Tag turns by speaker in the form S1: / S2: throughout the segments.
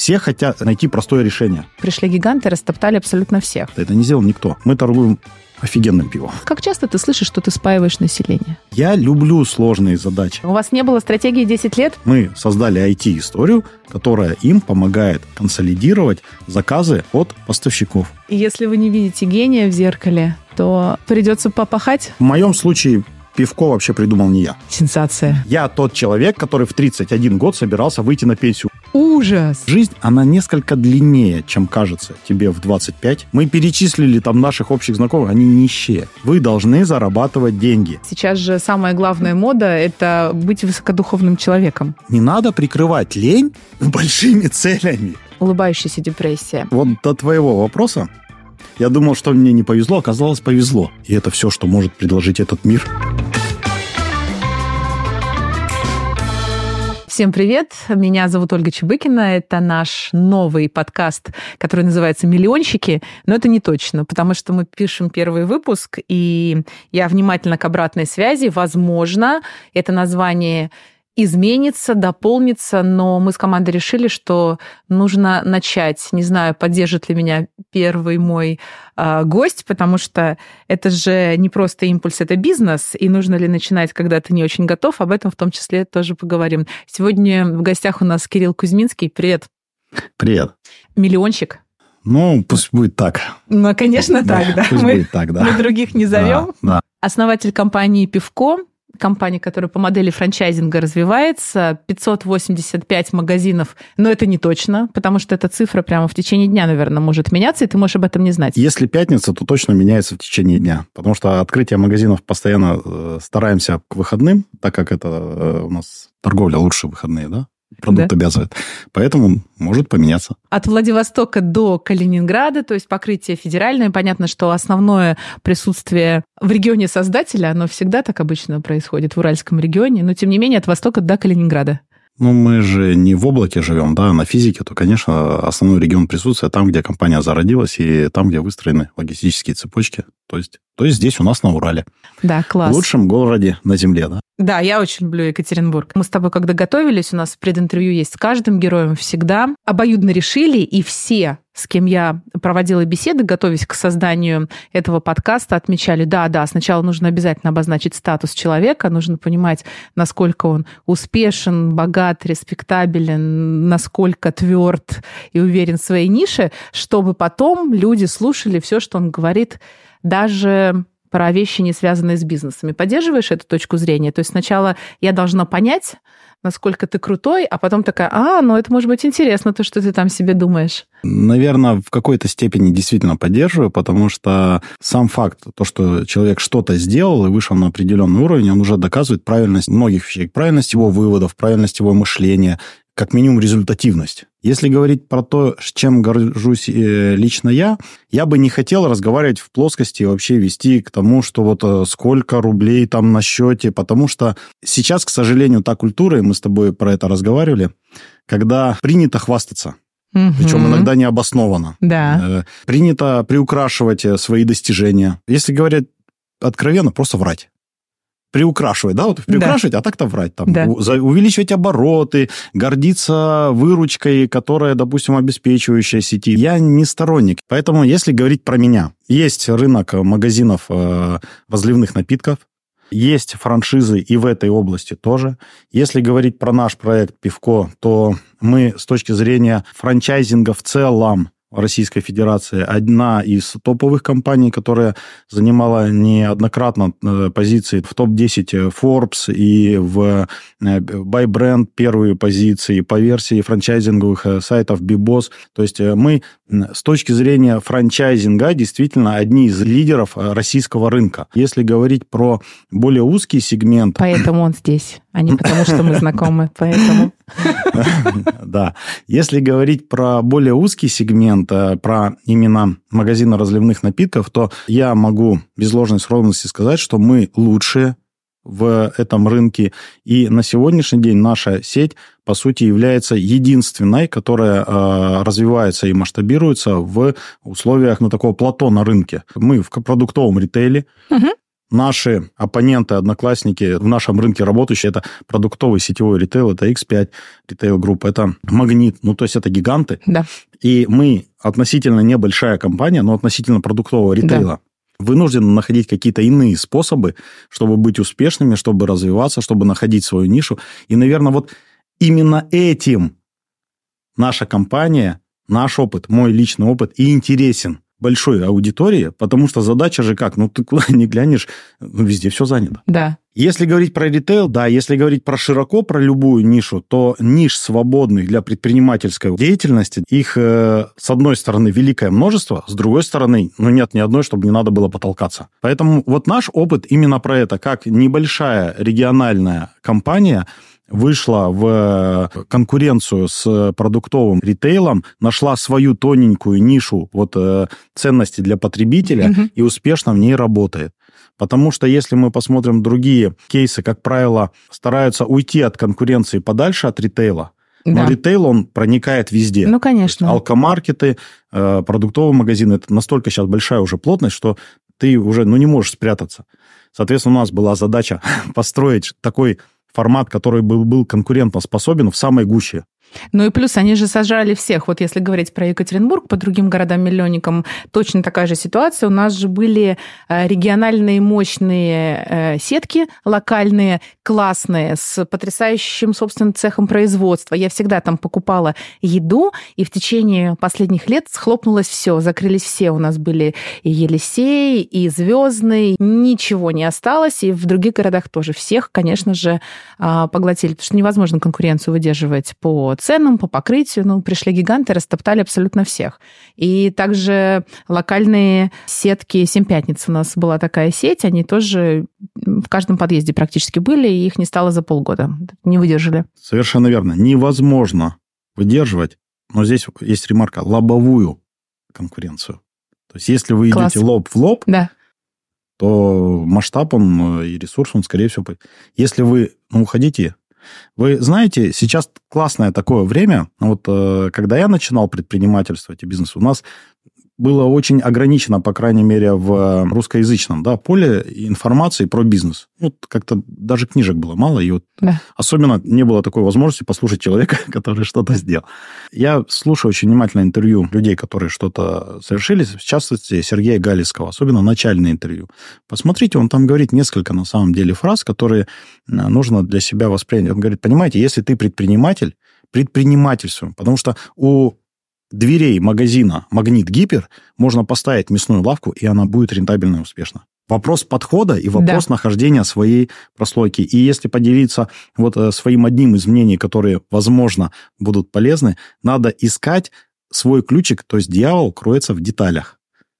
S1: Все хотят найти простое решение.
S2: Пришли гиганты, растоптали абсолютно всех.
S1: Это не сделал никто. Мы торгуем офигенным пивом.
S2: Как часто ты слышишь, что ты спаиваешь население?
S1: Я люблю сложные задачи.
S2: У вас не было стратегии 10 лет?
S1: Мы создали IT-историю, которая им помогает консолидировать заказы от поставщиков.
S2: И если вы не видите гения в зеркале, то придется попахать?
S1: В моем случае пивко вообще придумал не я.
S2: Сенсация.
S1: Я тот человек, который в 31 год собирался выйти на пенсию.
S2: Ужас!
S1: Жизнь, она несколько длиннее, чем кажется тебе в 25. Мы перечислили там наших общих знакомых, они нищие. Вы должны зарабатывать деньги.
S2: Сейчас же самая главная мода – это быть высокодуховным человеком.
S1: Не надо прикрывать лень большими целями.
S2: Улыбающаяся депрессия.
S1: Вот до твоего вопроса. Я думал, что мне не повезло, оказалось, повезло. И это все, что может предложить этот мир.
S2: Всем привет, меня зовут Ольга Чебыкина, это наш новый подкаст, который называется «Миллионщики», но это не точно, потому что мы пишем первый выпуск, и я внимательно к обратной связи, возможно, это название изменится, дополнится, но мы с командой решили, что нужно начать. Не знаю, поддержит ли меня первый мой гость, потому что это же не просто импульс, это бизнес, и нужно ли начинать, когда ты не очень готов, об этом в том числе тоже поговорим. Сегодня в гостях у нас Кирилл Кузьминский. Привет.
S1: Привет.
S2: Миллионщик.
S1: Ну, пусть будет так.
S2: Ну, конечно, так, да.
S1: Пусть будет так, да.
S2: Мы других не зовем.
S1: Да.
S2: Основатель компании «Пивко», компания, которая по модели франчайзинга развивается, 585 магазинов, но это не точно, потому что эта цифра прямо в течение дня, наверное, может меняться, и ты можешь об этом не знать.
S1: Если пятница, то точно меняется в течение дня, потому что открытие магазинов постоянно стараемся к выходным, так как это у нас торговля лучше в выходные, да? Продукт обязывает. Поэтому может поменяться.
S2: От Владивостока до Калининграда, то есть покрытие федеральное. Понятно, что основное присутствие в регионе создателя, оно всегда так обычно происходит в Уральском регионе, но тем не менее от Востока до Калининграда.
S1: Ну, мы же не в облаке живем, да, на физике, то, конечно, основной регион присутствия там, где компания зародилась, и там, где выстроены логистические цепочки. То есть здесь у нас на Урале.
S2: Да, класс.
S1: В лучшем городе на земле, да?
S2: Да, я очень люблю Екатеринбург. Мы с тобой, когда готовились, у нас прединтервью есть с каждым героем всегда. Обоюдно решили, и все, с кем я проводила беседы, готовясь к созданию этого подкаста, отмечали, да, сначала нужно обязательно обозначить статус человека, нужно понимать, насколько он успешен, богат, респектабелен, насколько тверд и уверен в своей нише, чтобы потом люди слушали все, что он говорит, даже про вещи, не связанные с бизнесами. Поддерживаешь эту точку зрения? То есть сначала я должна понять, насколько ты крутой, а потом такая, ну это может быть интересно, то, что ты там себе думаешь.
S1: Наверное, в какой-то степени действительно поддерживаю, потому что сам факт, то, что человек что-то сделал и вышел на определенный уровень, он уже доказывает правильность многих вещей, правильность его выводов, правильность его мышления, как минимум результативность. Если говорить про то, с чем горжусь лично я бы не хотел разговаривать в плоскости и вообще вести к тому, что вот сколько рублей там на счете, потому что сейчас, к сожалению, та культура, и мы с тобой про это разговаривали, когда принято хвастаться. Причем иногда необоснованно.
S2: Да.
S1: Принято приукрашивать свои достижения. Если говорить откровенно, просто врать. Приукрашивать, да, вот приукрашивать, а так-то врать. Там, увеличивать обороты, гордиться выручкой, которая, допустим, обеспечивающая сети. Я не сторонник. Поэтому, если говорить про меня, есть рынок магазинов разливных напитков, есть франшизы и в этой области тоже. Если говорить про наш проект «Пивко», то мы с точки зрения франчайзинга в целом Российской Федерации одна из топовых компаний, которая занимала неоднократно позиции в топ-10 Forbes и в Buy Brand первые позиции по версии франчайзинговых сайтов Bboss. То есть мы с точки зрения франчайзинга действительно одни из лидеров российского рынка. Если говорить про более узкий сегмент...
S2: Поэтому он здесь, а не потому, что мы знакомы. Поэтому...
S1: Да. Если говорить про более узкий сегмент, про именно магазины разливных напитков, то я могу без ложной скромности сказать, что мы лучшие в этом рынке. И на сегодняшний день наша сеть, по сути, является единственной, которая развивается и масштабируется в условиях такого плато на рынке. Мы в продуктовом ритейле. наши оппоненты, одноклассники в нашем рынке работающие, это продуктовый сетевой ритейл, это X5 ритейл группа, это Магнит, то есть это гиганты.
S2: Да.
S1: И мы относительно небольшая компания, но относительно продуктового ритейла, вынуждены находить какие-то иные способы, чтобы быть успешными, чтобы развиваться, чтобы находить свою нишу. И, наверное, вот именно этим наша компания, наш опыт, мой личный опыт и интересен большой аудитории, потому что задача же как? Ты куда ни глянешь, везде все занято.
S2: Да.
S1: Если говорить про ритейл, да, если говорить про широко, про любую нишу, то ниш свободных для предпринимательской деятельности, их, с одной стороны, великое множество, с другой стороны, нет ни одной, чтобы не надо было потолкаться. Поэтому вот наш опыт именно про это, как небольшая региональная компания вышла в конкуренцию с продуктовым ритейлом, нашла свою тоненькую нишу ценности для потребителя и успешно в ней работает. Потому что если мы посмотрим другие кейсы, как правило, стараются уйти от конкуренции подальше от ритейла. Да. Но ритейл, он проникает везде.
S2: Конечно.
S1: Алкомаркеты, продуктовые магазины, это настолько сейчас большая уже плотность, что ты уже не можешь спрятаться. Соответственно, у нас была задача построить такой формат, который был конкурентоспособен в самой гуще.
S2: И плюс они же сажали всех. Вот если говорить про Екатеринбург, по другим городам-миллионникам точно такая же ситуация. У нас же были региональные мощные сетки, локальные, классные, с потрясающим, собственно, цехом производства. Я всегда там покупала еду, и в течение последних лет схлопнулось все, закрылись все. У нас были и Елисей, и Звездный, ничего не осталось, и в других городах тоже. Всех, конечно же, поглотили, потому что невозможно конкуренцию выдерживать по ценам, по покрытию. Пришли гиганты, растоптали абсолютно всех. И также локальные сетки «Семь пятниц». У нас была такая сеть, они тоже в каждом подъезде практически были, и их не стало за полгода. Не выдержали.
S1: Совершенно верно. Невозможно выдерживать, но здесь есть ремарка, лобовую конкуренцию. То есть, если вы идете лоб в лоб,
S2: да,
S1: то масштаб и ресурс, скорее всего... Если вы уходите... Вы знаете, сейчас классное такое время, когда я начинал предпринимательствовать и бизнес, у нас было очень ограничено, по крайней мере, в русскоязычном поле информации про бизнес. Как-то даже книжек было мало, и особенно не было такой возможности послушать человека, который что-то сделал. Я слушаю очень внимательно интервью людей, которые что-то совершили, в частности, Сергея Галицкого, особенно начальное интервью. Посмотрите, он там говорит несколько, на самом деле, фраз, которые нужно для себя воспринять. Он говорит, понимаете, если ты предприниматель, предпринимательствуй, потому что у дверей магазина «Магнит Гипер» можно поставить мясную лавку, и она будет рентабельна и успешна. Вопрос подхода и вопрос нахождения своей прослойки. И если поделиться своим одним из мнений, которые, возможно, будут полезны, надо искать свой ключик, то есть дьявол кроется в деталях.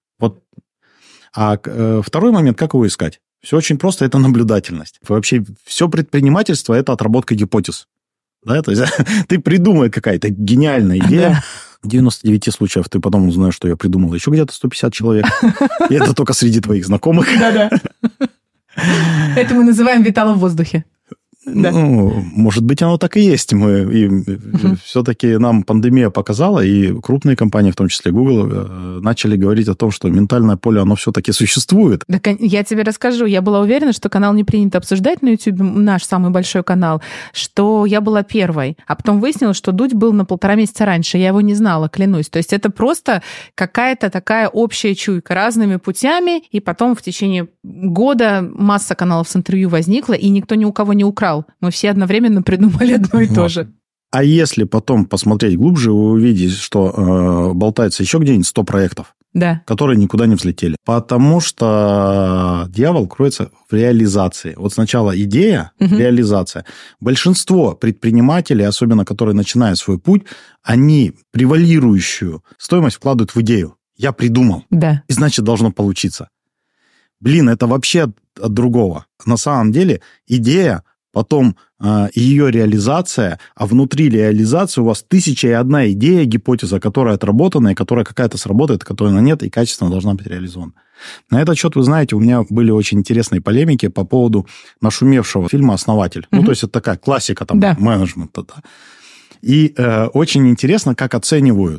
S1: А второй момент, как его искать? Все очень просто, это наблюдательность. Вообще все предпринимательство – это отработка гипотез. То есть ты придумай какая-то гениальная идея, в 99 случаев ты потом узнаешь, что я придумал еще где-то 150 человек. И это только среди твоих знакомых.
S2: Да-да. Это мы называем «витало в воздухе».
S1: Да. Может быть, оно так и есть. Все-таки нам пандемия показала, и крупные компании, в том числе Google, начали говорить о том, что ментальное поле, оно все-таки существует.
S2: Так я тебе расскажу. Я была уверена, что канал не принято обсуждать на YouTube, наш самый большой канал, что я была первой. А потом выяснилось, что Дудь был на 1,5 месяца раньше. Я его не знала, клянусь. То есть это просто какая-то такая общая чуйка разными путями, и потом в течение года масса каналов с интервью возникла, и никто ни у кого не украл. Мы все одновременно придумали одно и то же.
S1: А если потом посмотреть глубже, вы увидите, что болтается еще где-нибудь 100 проектов, которые никуда не взлетели. Потому что дьявол кроется в реализации. Сначала идея, реализация. Большинство предпринимателей, особенно которые начинают свой путь, они превалирующую стоимость вкладывают в идею. Я придумал.
S2: Да.
S1: И значит, должно получиться. Это вообще от другого. На самом деле идея, потом ее реализация, а внутри реализации у вас 1001 идея, гипотеза, которая отработана, и которая какая-то сработает, которая нет, и качественно должна быть реализована. На этот счет, вы знаете, у меня были очень интересные полемики по поводу нашумевшего фильма «Основатель». То есть это такая классика менеджмента. И очень интересно, как оценивают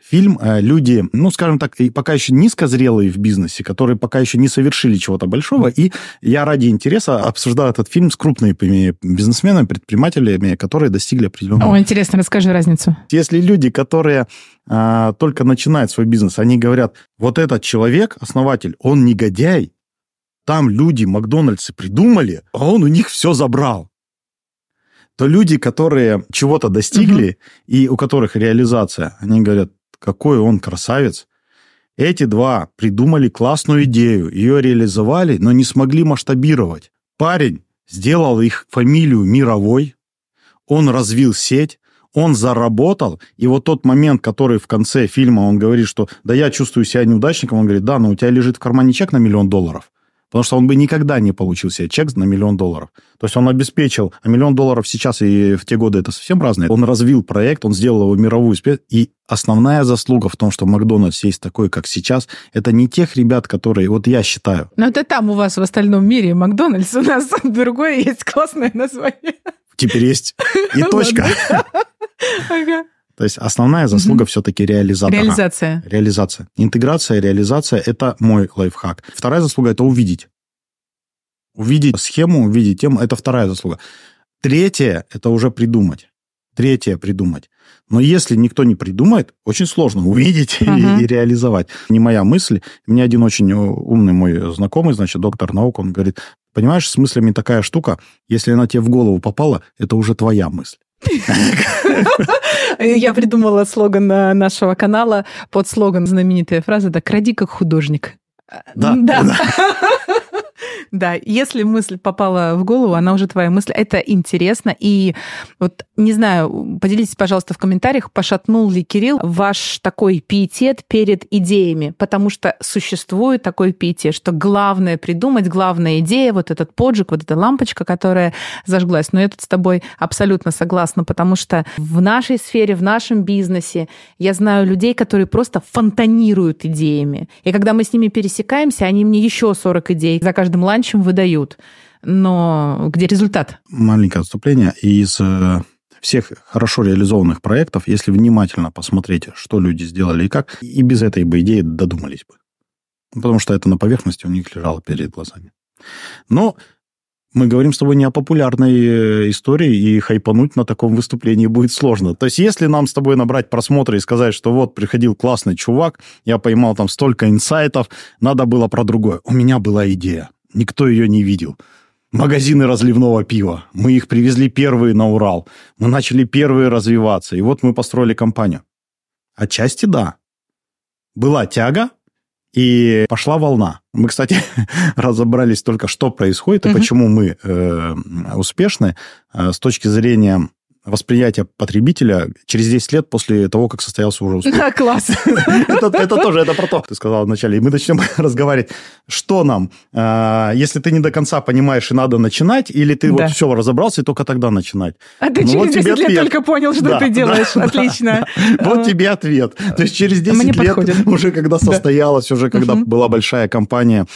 S1: фильм люди, скажем так, пока еще низкозрелые в бизнесе, которые пока еще не совершили чего-то большого, и я ради интереса обсуждал этот фильм с крупными бизнесменами, предпринимателями, которые достигли определенного...
S2: Интересно, расскажи разницу.
S1: Если люди, которые только начинают свой бизнес, они говорят, вот этот человек, основатель, он негодяй, там люди, Макдональдсы придумали, а он у них все забрал. То люди, которые чего-то достигли, и у которых реализация, они говорят, какой он красавец. Эти два придумали классную идею, ее реализовали, но не смогли масштабировать. Парень сделал их фамилию мировой, он развил сеть, он заработал, и вот тот момент, который в конце фильма, он говорит, что да я чувствую себя неудачником, он говорит, да, но у тебя лежит в кармане чек на $1 миллион. Потому что он бы никогда не получил себе чек на $1 миллион. То есть он обеспечил, а $1 миллион сейчас и в те годы это совсем разное. Он развил проект, он сделал его мировую успех. И основная заслуга в том, что Макдональдс есть такой, как сейчас, это не тех ребят, которые, вот я считаю...
S2: Но это там у вас в остальном мире Макдональдс, у нас другое есть классное название.
S1: Теперь есть и точка. То есть основная заслуга все-таки реализатора. Реализация. Интеграция, реализация – это мой лайфхак. Вторая заслуга – это увидеть. Увидеть схему, увидеть тему – это вторая заслуга. Третья – это уже придумать. Придумать. Но если никто не придумает, очень сложно увидеть и реализовать. Не моя мысль. Мне один очень умный мой знакомый, доктор наук, он говорит, понимаешь, с мыслями такая штука, если она тебе в голову попала, это уже твоя мысль.
S2: Я придумала слоган нашего канала, под слоган знаменитая фраза, да, «Кради как художник». Да. Да, если мысль попала в голову, она уже твоя мысль. Это интересно. И вот, не знаю, поделитесь, пожалуйста, в комментариях, пошатнул ли Кирилл ваш такой пиетет перед идеями, потому что существует такой пиетет, что главное придумать, главная идея, вот этот поджиг, вот эта лампочка, которая зажглась. Но я тут с тобой абсолютно согласна, потому что в нашей сфере, в нашем бизнесе я знаю людей, которые просто фонтанируют идеями. И когда мы с ними пересекаемся, они мне еще 40 идей за каждым ланчем выдают. Но где результат?
S1: Маленькое отступление. Из всех хорошо реализованных проектов, если внимательно посмотреть, что люди сделали и как, и без этой бы идеи додумались бы. Потому что это на поверхности у них лежало перед глазами. Но мы говорим с тобой не о популярной истории, и хайпануть на таком выступлении будет сложно. То есть, если нам с тобой набрать просмотры и сказать, что вот, приходил классный чувак, я поймал там столько инсайтов, надо было про другое. У меня была идея. Никто ее не видел. Магазины разливного пива. Мы их привезли первые на Урал. Мы начали первые развиваться. И вот мы построили компанию. Отчасти да. Была тяга, и пошла волна. Мы, кстати, разобрались только, что происходит и почему мы успешны с точки зрения восприятия потребителя через 10 лет после того, как состоялся уже успех.
S2: Класс.
S1: Это тоже, это про то, ты сказал вначале. И мы начнем разговаривать, что нам, если ты не до конца понимаешь и надо начинать, или ты вот все разобрался и только тогда начинать.
S2: А ты через 10 лет только понял, что ты делаешь. Отлично.
S1: Вот тебе ответ. То есть через 10 лет, уже когда состоялось, уже когда была большая компания,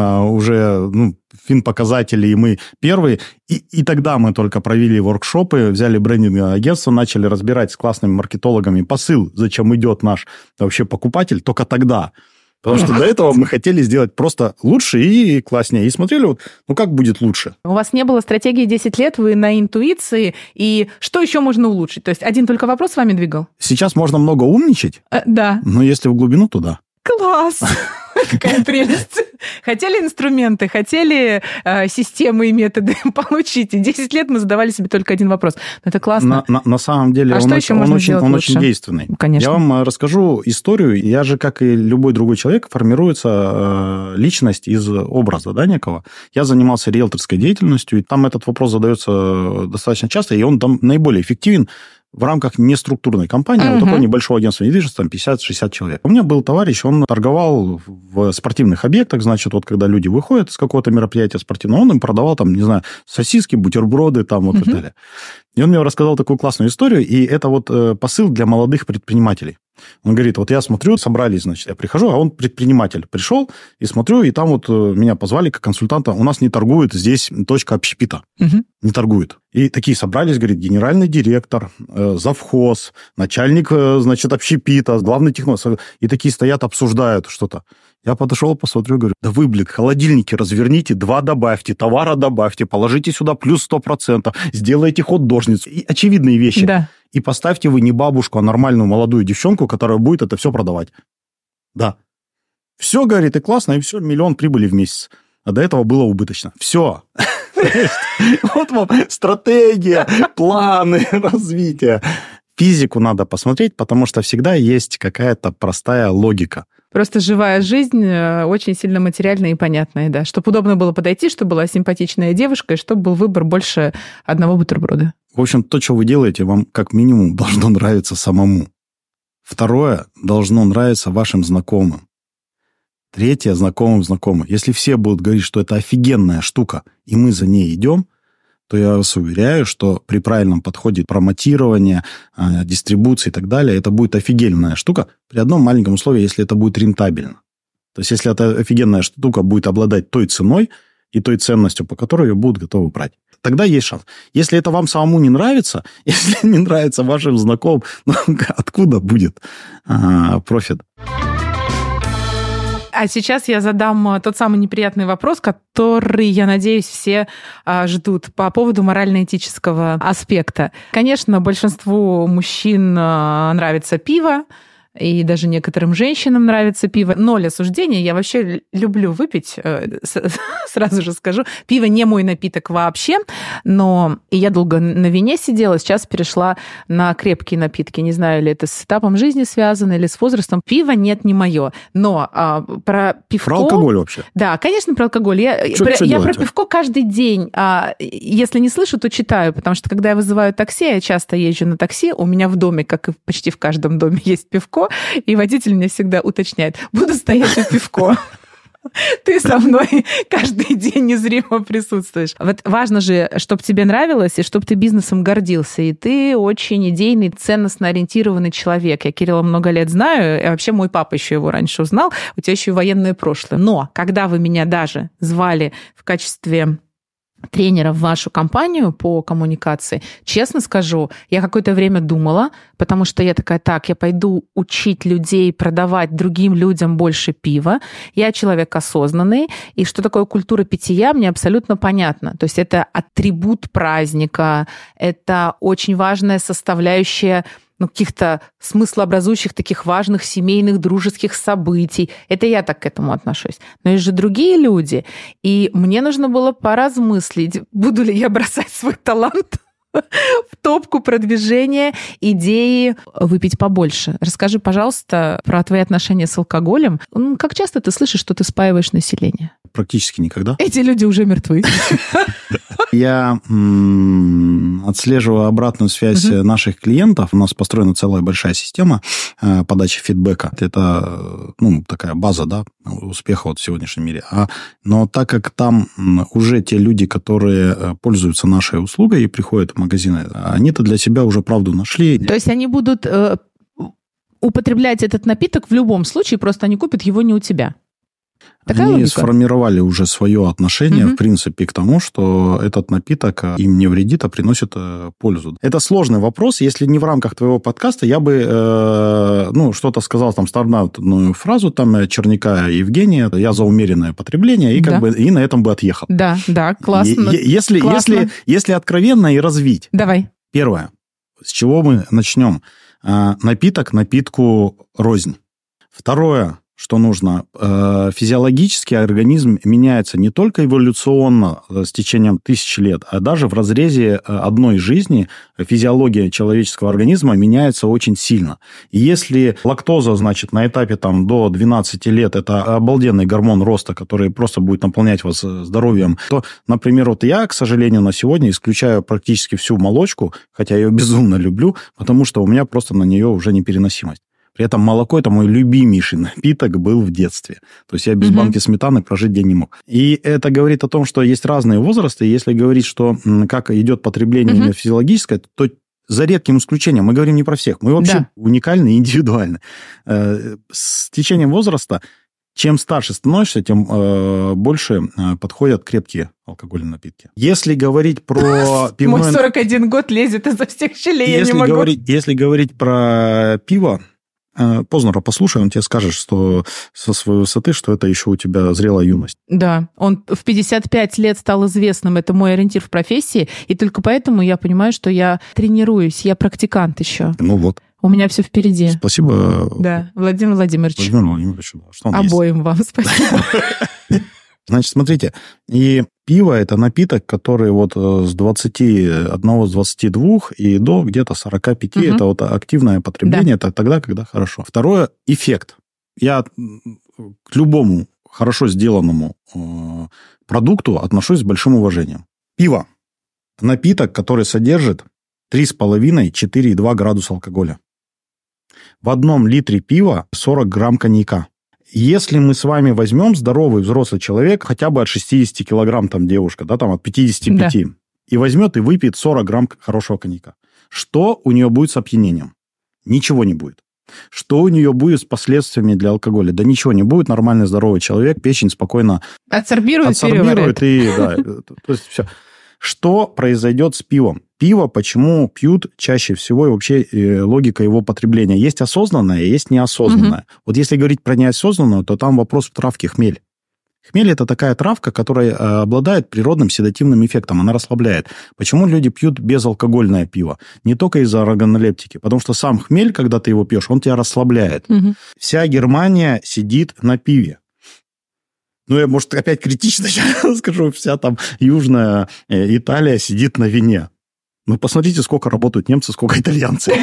S1: уже финпоказатели, и мы первые. И тогда мы только провели воркшопы, взяли брендинговое агентство, начали разбирать с классными маркетологами посыл, зачем идет наш вообще покупатель, только тогда. Потому что до этого мы хотели сделать просто лучше и класснее. И смотрели, вот, как будет лучше.
S2: У вас не было стратегии 10 лет, вы на интуиции. И что еще можно улучшить? То есть один только вопрос с вами двигал?
S1: Сейчас можно много умничать.
S2: Да.
S1: Но если в глубину, то да.
S2: Класс! Какая прелесть. Хотели инструменты, хотели системы и методы, получите. 10 лет мы задавали себе только один вопрос. Это классно.
S1: На самом деле он очень действенный.
S2: Конечно.
S1: Я вам расскажу историю. Я же, как и любой другой человек, формируется личность из образа, да, некого. Я занимался риэлторской деятельностью, и там этот вопрос задается достаточно часто, и он там наиболее эффективен в рамках неструктурной компании, вот такого небольшого агентства недвижимости, там 50-60 человек. У меня был товарищ, он торговал в спортивных объектах, значит, вот когда люди выходят с какого-то мероприятия спортивного, он им продавал там, не знаю, сосиски, бутерброды там вот и так далее. И он мне рассказал такую классную историю, и это вот посыл для молодых предпринимателей. Он говорит, вот я смотрю, собрались, значит, я прихожу, а он предприниматель. Пришел и смотрю, и там вот меня позвали как консультанта. У нас не торгует здесь точка общепита. Не торгует. И такие собрались, говорит, генеральный директор, завхоз, начальник, значит, общепита, главный технолог. И такие стоят, обсуждают что-то. Я подошел, посмотрю, говорю, да вы, блин, холодильники разверните, 2 добавьте, товара добавьте, положите сюда плюс 100%, сделайте хот-дожницу. И очевидные вещи.
S2: Да.
S1: И поставьте вы не бабушку, а нормальную молодую девчонку, которая будет это все продавать. Да. Все, говорит, и классно, и все, 1 миллион прибыли в месяц. А до этого было убыточно. Все. Вот вам стратегия, планы развития. Физику надо посмотреть, потому что всегда есть какая-то простая логика.
S2: Просто живая жизнь очень сильно материальная и понятная, да. Чтобы удобно было подойти, чтобы была симпатичная девушка, и чтобы был выбор больше одного бутерброда.
S1: В общем, то, что вы делаете, вам как минимум должно нравиться самому. Второе, должно нравиться вашим знакомым. Третье, знакомым. Если все будут говорить, что это офигенная штука, и мы за ней идем, то я вас уверяю, что при правильном подходе промотирования, дистрибуции и так далее, это будет офигенная штука при одном маленьком условии, если это будет рентабельно. То есть, если эта офигенная штука будет обладать той ценой и той ценностью, по которой ее будут готовы брать, тогда есть шанс. Если это вам самому не нравится, если не нравится вашим знакомым, ну, откуда будет профит?
S2: А сейчас я задам тот самый неприятный вопрос, который, я надеюсь, все ждут по поводу морально-этического аспекта. Конечно, большинству мужчин нравится пиво, и даже некоторым женщинам нравится пиво. 0 осуждения. Я вообще люблю выпить, сразу же скажу. Пиво не мой напиток вообще, но и я долго на вине сидела, сейчас перешла на крепкие напитки. Не знаю, ли это с этапом жизни связано или с возрастом. Пиво нет, не мое. Но про пивко...
S1: Про алкоголь вообще?
S2: Да, конечно, про алкоголь. Я про пивко каждый день, если не слышу, то читаю, потому что когда я вызываю такси, я часто езжу на такси, у меня в доме, как и почти в каждом доме, есть пивко, и водитель мне всегда уточняет, буду стоять у пивко. Ты со мной каждый день незримо присутствуешь. Вот важно же, чтобы тебе нравилось, и чтобы ты бизнесом гордился. И ты очень идейный, ценностно ориентированный человек. Я Кирилла много лет знаю, и вообще мой папа еще его раньше узнал. У тебя еще и военное прошлое. Но когда вы меня даже звали в качестве тренера в вашу компанию по коммуникации, честно скажу, я какое-то время думала, потому что я такая, я пойду учить людей продавать другим людям больше пива. Я человек осознанный, и что такое культура питья, мне абсолютно понятно. То есть это атрибут праздника, это очень важная составляющая каких-то смыслообразующих, таких важных семейных, дружеских событий. Это я так к этому отношусь. Но есть же другие люди. И мне нужно было поразмыслить, буду ли я бросать свой талант в топку продвижения идеи выпить побольше. Расскажи, пожалуйста, про твои отношения с алкоголем. Как часто ты слышишь, что ты спаиваешь население?
S1: Практически никогда.
S2: Эти люди уже мертвы.
S1: Я отслеживаю обратную связь наших клиентов. У нас построена целая большая система подачи фидбэка. Это такая база, да, успеха в сегодняшнем мире. Но так как там уже те люди, которые пользуются нашей услугой и приходят в магазины, они-то для себя уже правду нашли.
S2: То есть они будут употреблять этот напиток в любом случае, просто они купят его не у тебя. Такая
S1: Они
S2: логика?
S1: Сформировали уже свое отношение, в принципе, к тому, что этот напиток им не вредит, а приносит пользу. Это сложный вопрос. Если не в рамках твоего подкаста, я бы что-то сказал, стандартную фразу Черняка Евгения, я за умеренное потребление, и и на этом бы отъехал.
S2: Да, классно.
S1: Если откровенно и развить.
S2: Давай.
S1: Первое. С чего мы начнем? Напиток напитку рознь. Второе, что нужно, физиологически организм меняется не только эволюционно с течением тысяч лет, а даже в разрезе одной жизни физиология человеческого организма меняется очень сильно. И если лактоза, на этапе до 12 лет это обалденный гормон роста, который просто будет наполнять вас здоровьем, то, например, я, к сожалению, на сегодня исключаю практически всю молочку, хотя я ее безумно люблю, потому что у меня просто на нее уже непереносимость. При этом молоко – это мой любимейший напиток был в детстве. То есть я без банки сметаны прожить день не мог. И это говорит о том, что есть разные возрасты. Если говорить, что как идет потребление физиологическое, то За редким исключением. Мы говорим не про всех. Мы вообще уникальны и индивидуальны. С течением возраста, чем старше становишься, тем больше подходят крепкие алкогольные напитки. Если говорить про пивное...
S2: Мой 41 год лезет изо всех щелей, я не могу.
S1: Если говорить про пиво, Познера послушай, он тебе скажет, что со своей высоты, что это еще у тебя зрелая юность.
S2: Да, он в 55 лет стал известным, это мой ориентир в профессии, и только поэтому я понимаю, что я тренируюсь, я практикант еще.
S1: Ну вот.
S2: У меня все впереди.
S1: Спасибо.
S2: Да, Владимир Владимирович.
S1: Владимир Владимирович, да. Что он
S2: обоим
S1: есть?
S2: Вам спасибо.
S1: Значит, смотрите, и пиво – это напиток, который вот с 21, с 22 и до где-то 45, это вот активное потребление, это тогда, когда хорошо. Второе – эффект. Я к любому хорошо сделанному продукту отношусь с большим уважением. Пиво – напиток, который содержит 3,5-4,2 градуса алкоголя. В 1 литре пива 40 грамм коньяка. Если мы с вами возьмем здоровый взрослый человек, хотя бы от 60 килограмм там девушка, да, там от 55, и возьмет и выпьет 40 грамм хорошего коньяка, что у нее будет с опьянением? Ничего не будет. Что у нее будет с последствиями для алкоголя? Да ничего не будет. Нормальный здоровый человек, печень спокойно адсорбирует и да, то есть все. Что произойдет с пивом? Пиво почему пьют чаще всего, и вообще логика его потребления? Есть осознанное, есть неосознанное. Вот если говорить про неосознанную, то там вопрос в травке хмель. Хмель – это такая травка, которая обладает природным седативным эффектом, она расслабляет. Почему люди пьют безалкогольное пиво? Не только из-за органолептики, потому что сам хмель, когда ты его пьешь, он тебя расслабляет. Вся Германия сидит на пиве. Ну, я, может, опять критично сейчас скажу, вся там Южная Италия сидит на вине. Ну, посмотрите, сколько работают немцы, сколько итальянцы.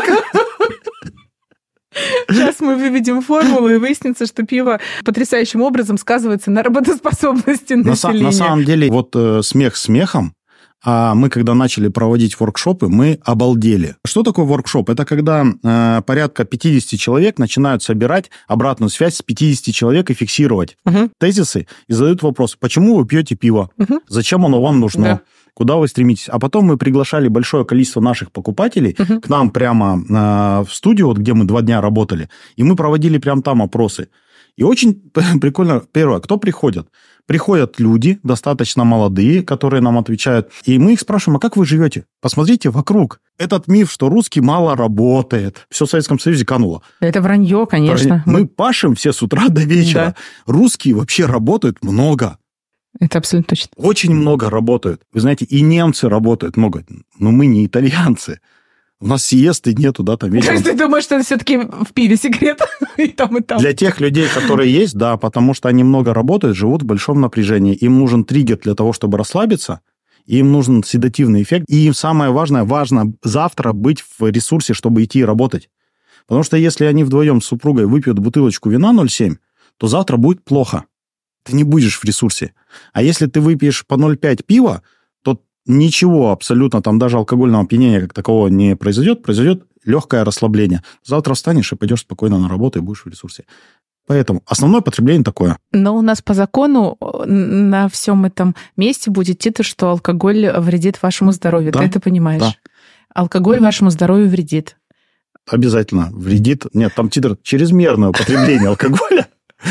S2: Сейчас мы выведем формулу, и выяснится, что пиво потрясающим образом сказывается на работоспособности населения.
S1: На самом деле, вот смех смехом, а мы, когда начали проводить воркшопы, мы обалдели. Что такое воркшоп? Это когда порядка 50 человек начинают собирать обратную связь с 50 человек и фиксировать тезисы, и задают вопрос, почему вы пьете пиво? Зачем оно вам нужно? Да. Куда вы стремитесь? А потом мы приглашали большое количество наших покупателей к нам прямо в студию, вот, где мы 2 дня работали, и мы проводили прямо там опросы. И очень прикольно. Первое, кто приходит? Приходят люди, достаточно молодые, которые нам отвечают. И мы их спрашиваем, а как вы живете? Посмотрите вокруг. Этот миф, что русский мало работает. Все в Советском Союзе кануло.
S2: Это вранье, конечно.
S1: Мы пашем все с утра до вечера. Да. Русские вообще работают много.
S2: Это абсолютно точно.
S1: Очень много работают. Вы знаете, и немцы работают много. Но мы не итальянцы. У нас сиесты нету, да, там вечером.
S2: То есть ты думаешь, что это все-таки в пиве секрет? И там, и там.
S1: Для тех людей, которые есть, да, потому что они много работают, живут в большом напряжении. Им нужен триггер для того, чтобы расслабиться. Им нужен седативный эффект. И им самое важное, важно завтра быть в ресурсе, чтобы идти работать. Потому что если они вдвоем с супругой выпьют бутылочку вина 0,7, то завтра будет плохо. Ты не будешь в ресурсе. А если ты выпьешь по 0,5 пива, то ничего абсолютно, там даже алкогольного опьянения как такового не произойдет. Произойдет легкое расслабление. Завтра встанешь и пойдешь спокойно на работу и будешь в ресурсе. Поэтому основное потребление такое.
S2: Но у нас по закону на всем этом месте будет титр, что алкоголь вредит вашему здоровью. Да? Ты это понимаешь? Да. Алкоголь вашему здоровью вредит.
S1: Обязательно вредит. Нет, там титр чрезмерное употребление алкоголя.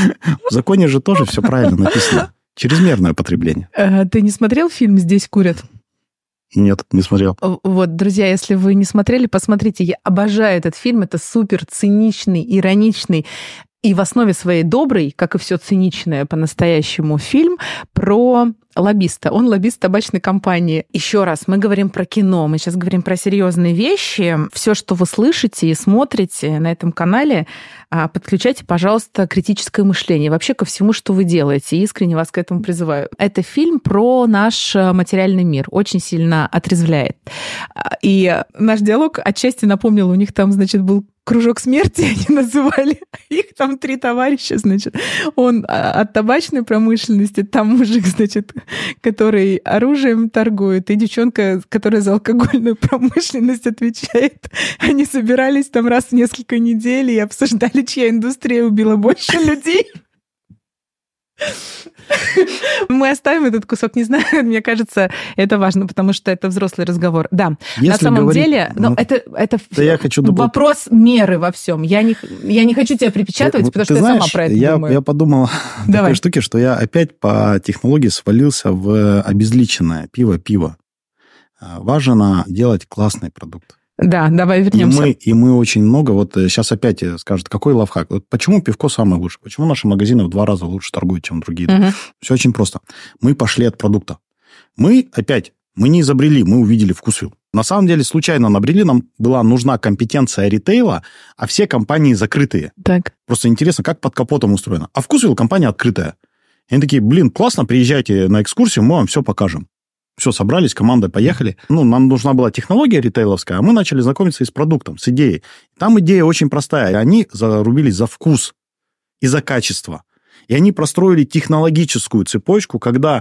S1: В законе же тоже все правильно написано. Чрезмерное потребление.
S2: Ты не смотрел фильм «Здесь курят»?
S1: Нет, не смотрел.
S2: Вот, друзья, если вы не смотрели, посмотрите. Я обожаю этот фильм. Это супер циничный, ироничный и в основе своей добрый, как и все циничное по-настоящему, фильм про лоббиста. Он лоббист табачной компании. Еще раз, мы говорим про кино, мы сейчас говорим про серьезные вещи. Все, что вы слышите и смотрите на этом канале, подключайте, пожалуйста, критическое мышление вообще ко всему, что вы делаете. Искренне вас к этому призываю. Это фильм про наш материальный мир. Очень сильно отрезвляет. И наш диалог отчасти напомнил, у них там, значит, был кружок смерти, они называли. Их там 3 товарища, значит. Он от табачной промышленности, там мужик, значит, который оружием торгует, и девчонка, которая за алкогольную промышленность отвечает. Они собирались там раз в несколько недель и обсуждали, чья индустрия убила больше людей. Мы оставим этот кусок, не знаю, мне кажется, это важно, потому что это взрослый разговор. Да,
S1: если
S2: на самом
S1: говорить,
S2: деле, это
S1: я хочу
S2: вопрос меры во всем. Я не хочу тебя припечатывать, потому что я сама про это думаю.
S1: Я подумал о такой штуке, что я опять по технологии свалился в обезличенное пиво. Важно делать классный продукт.
S2: Да, давай вернемся.
S1: И мы очень много, вот сейчас опять скажут, какой лайфхак. Вот почему пивко самое лучшее? Почему наши магазины в 2 раза лучше торгуют, чем другие? Угу. Все очень просто. Мы пошли от продукта. Мы не изобрели, мы увидели вкусвилл. На самом деле, случайно набрели, нам была нужна компетенция ритейла, а все компании закрытые.
S2: Так.
S1: Просто интересно, как под капотом устроено. А вкусвилл компания открытая. И они такие, классно, приезжайте на экскурсию, мы вам все покажем. Все, собрались, команда, поехали. Нам нужна была технология ритейловская, а мы начали знакомиться и с продуктом, с идеей. Там идея очень простая. Они зарубились за вкус и за качество. И они простроили технологическую цепочку, когда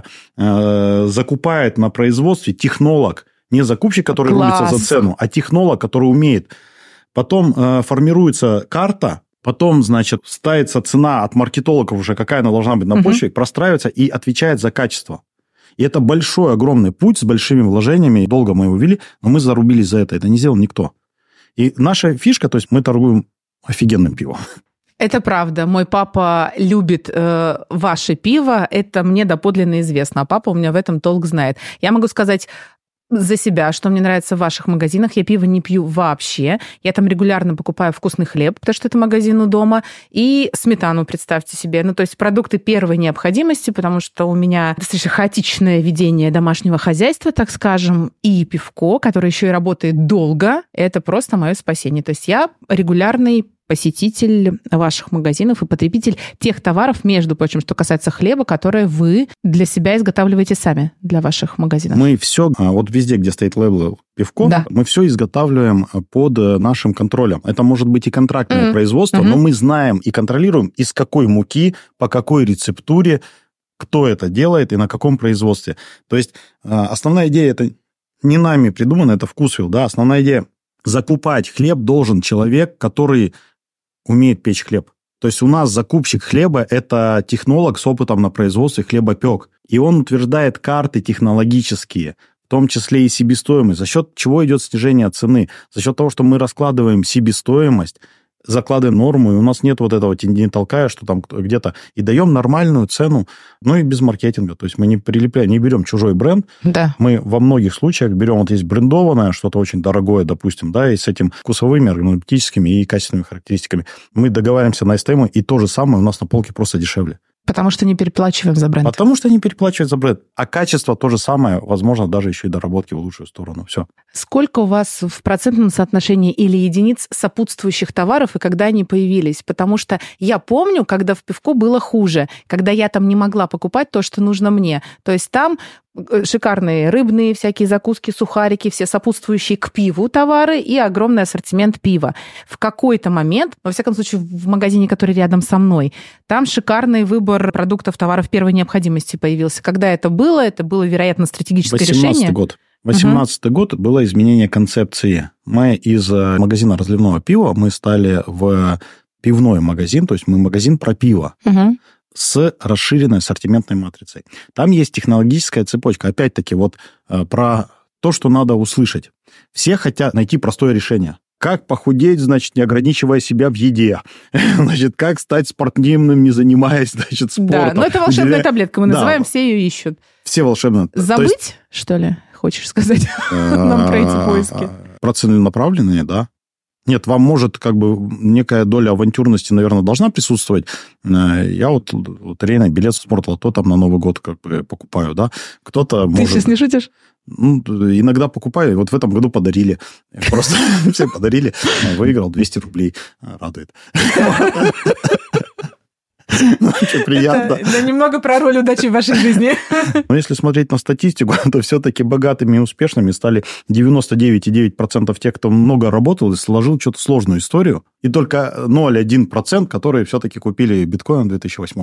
S1: закупает на производстве технолог, не закупщик, который рубится за цену, а технолог, который умеет. Потом формируется карта, потом, ставится цена от маркетологов уже, какая она должна быть на почве, простраивается и отвечает за качество. И это большой, огромный путь с большими вложениями. Долго мы его вели, но мы зарубились за это. Это не сделал никто. И наша фишка, то есть мы торгуем офигенным пивом.
S2: Это правда. Мой папа любит ваше пиво. Это мне доподлинно известно. А папа у меня в этом толк знает. Я могу сказать за себя, что мне нравится в ваших магазинах. Я пиво не пью вообще. Я там регулярно покупаю вкусный хлеб, потому что это магазин у дома. И сметану, представьте себе. То есть продукты первой необходимости, потому что у меня достаточно хаотичное ведение домашнего хозяйства, так скажем, и пивко, которое еще и работает долго. Это просто мое спасение. То есть я регулярный посетитель ваших магазинов и потребитель тех товаров, между прочим, что касается хлеба, которые вы для себя изготавливаете сами для ваших магазинов.
S1: Мы все, вот везде, где стоит лейбл пивко, да, мы все изготавливаем под нашим контролем. Это может быть и контрактное производство, но мы знаем и контролируем, из какой муки, по какой рецептуре, кто это делает и на каком производстве. То есть основная идея, это не нами придумано, это вкусвилл, да, основная идея. Закупать хлеб должен человек, который умеет печь хлеб. То есть у нас закупщик хлеба – это технолог с опытом на производстве хлебопек. И он утверждает карты технологические, в том числе и себестоимость. За счет чего идет снижение цены? За счет того, что мы раскладываем себестоимость, закладываем норму, и у нас нет вот этого не толкая, что там где-то, и даем нормальную цену, и без маркетинга. То есть мы не прилепляем, не берем чужой бренд.
S2: Да.
S1: Мы во многих случаях берем, вот есть брендованное, что-то очень дорогое, допустим, да, и с этим вкусовыми, эргонометическими и качественными характеристиками. Мы договариваемся на СТМ, и то же самое у нас на полке просто дешевле.
S2: Потому что не переплачиваем за бренд.
S1: Потому что не переплачивают за бренд. А качество то же самое, возможно, даже еще и доработки в лучшую сторону. Все.
S2: Сколько у вас в процентном соотношении или единиц сопутствующих товаров и когда они появились? Потому что я помню, когда в пивко было хуже, когда я там не могла покупать то, что нужно мне. То есть там шикарные рыбные всякие закуски, сухарики, все сопутствующие к пиву товары и огромный ассортимент пива. В какой-то момент, во всяком случае, в магазине, который рядом со мной, там шикарный выбор продуктов, товаров первой необходимости появился. Когда это было, вероятно, стратегическое решение.
S1: 18-й год было изменение концепции. Мы из магазина разливного пива мы стали в пивной магазин, то есть мы магазин про пиво. С расширенной ассортиментной матрицей. Там есть технологическая цепочка. Опять-таки, вот про то, что надо услышать. Все хотят найти простое решение. Как похудеть, значит, не ограничивая себя в еде. Значит, как стать спортивным, не занимаясь, значит, спортом.
S2: Да, но это волшебная таблетка, мы называем, все ее ищут.
S1: Все волшебные.
S2: Забыть, что ли, хочешь сказать нам про эти поиски?
S1: Про целенаправленные, да. Нет, вам может некая доля авантюрности, наверное, должна присутствовать. Я вот реально билет в спортлото там на Новый год покупаю, да. Кто-то может...
S2: Ты сейчас не шутишь?
S1: Иногда покупаю, и вот в этом году подарили. Просто все подарили. Выиграл 200 рублей. Радует. Очень приятно.
S2: Да, немного про роль удачи в вашей жизни.
S1: Но если смотреть на статистику, то все-таки богатыми и успешными стали 99,9% тех, кто много работал и сложил что-то сложную историю, и только 0,1%, которые все-таки купили биткоин в 2008.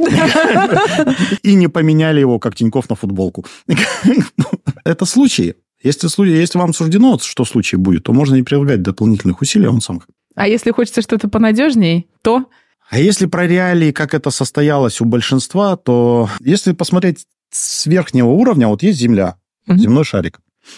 S1: И не поменяли его, как Тинькофф, на футболку. Это случаи. Если вам суждено, что случай будет, то можно не прилагать дополнительных усилий, а он сам...
S2: А если хочется что-то понадежнее, то...
S1: А если про реалии, как это состоялось у большинства, то если посмотреть с верхнего уровня, вот есть Земля, земной шарик.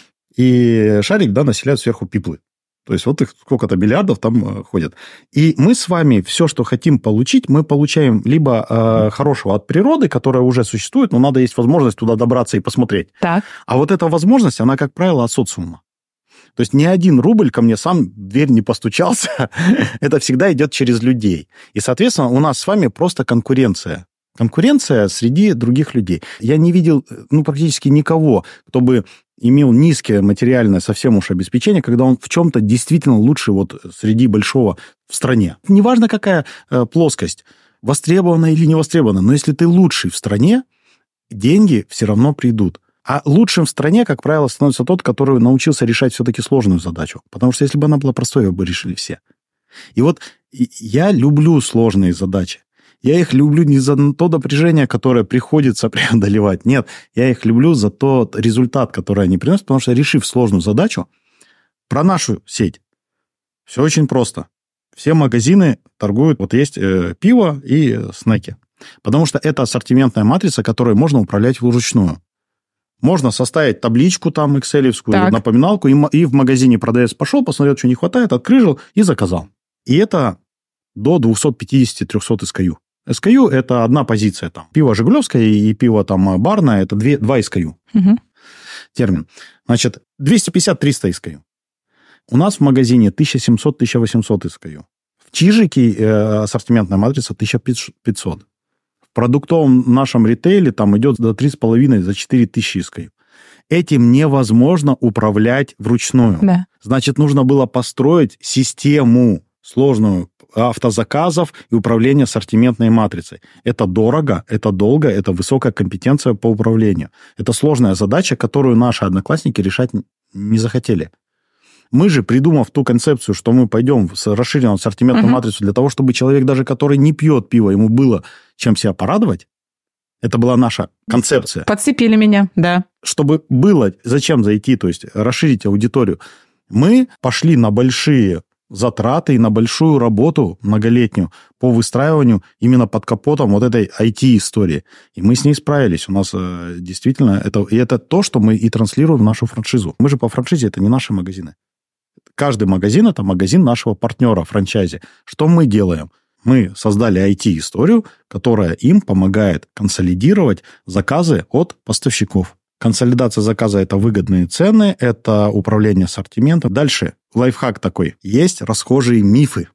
S1: И шарик, да, населяют сверху пиплы. То есть вот их сколько-то миллиардов там ходят. И мы с вами все, что хотим получить, мы получаем либо хорошего от природы, которая уже существует, но надо есть возможность туда добраться и посмотреть.
S2: Так.
S1: А вот эта возможность, она, как правило, от социума. То есть ни один рубль ко мне сам в дверь не постучался. Это всегда идет через людей. И, соответственно, у нас с вами просто конкуренция. Конкуренция среди других людей. Я не видел практически никого, кто бы имел низкое материальное совсем уж обеспечение, когда он в чем-то действительно лучше вот среди большого в стране. Неважно, какая плоскость, востребована или не востребована, но если ты лучший в стране, деньги все равно придут. А лучшим в стране, как правило, становится тот, который научился решать все-таки сложную задачу. Потому что если бы она была простой, ее бы решили все. И вот я люблю сложные задачи. Я их люблю не за то напряжение, которое приходится преодолевать. Нет, я их люблю за тот результат, который они приносят, потому что, решив сложную задачу, про нашу сеть все очень просто. Все магазины торгуют, вот есть пиво и снеки. Потому что это ассортиментная матрица, которой можно управлять вручную. Можно составить табличку там экселевскую, напоминалку, и в магазине продавец пошел, посмотрел, что не хватает, открыжил и заказал. И это до 250-300 SKU. SKU – это одна позиция. Там. Пиво «Жигулевское» и пиво там «Барное» – это два SKU. Термин. Значит, 250-300 SKU. У нас в магазине 1700-1800 SKU. В Чижике ассортиментная матрица 1500. В продуктовом нашем ритейле там идет до 3,5 за 4000 SKU. Этим невозможно управлять вручную.
S2: Да.
S1: Значит, нужно было построить систему сложную автозаказов и управления ассортиментной матрицей. Это дорого, это долго, это высокая компетенция по управлению. Это сложная задача, которую наши одноклассники решать не захотели. Мы же, придумав ту концепцию, что мы пойдем с расширенной ассортиментной матрицей для того, чтобы человек, даже который не пьет пиво, ему было чем себя порадовать, это была наша концепция.
S2: Подцепили меня, да.
S1: Чтобы было зачем зайти, то есть расширить аудиторию, мы пошли на большие затраты и на большую работу многолетнюю по выстраиванию именно под капотом вот этой IT-истории. И мы с ней справились. У нас действительно это то, что мы и транслируем в нашу франшизу. Мы же по франшизе, это не наши магазины. Каждый магазин – это магазин нашего партнера, франчайзи. Что мы делаем? Мы создали IT-историю, которая им помогает консолидировать заказы от поставщиков. Консолидация заказа – это выгодные цены, это управление ассортиментом. Дальше лайфхак такой. Есть расхожие мифы.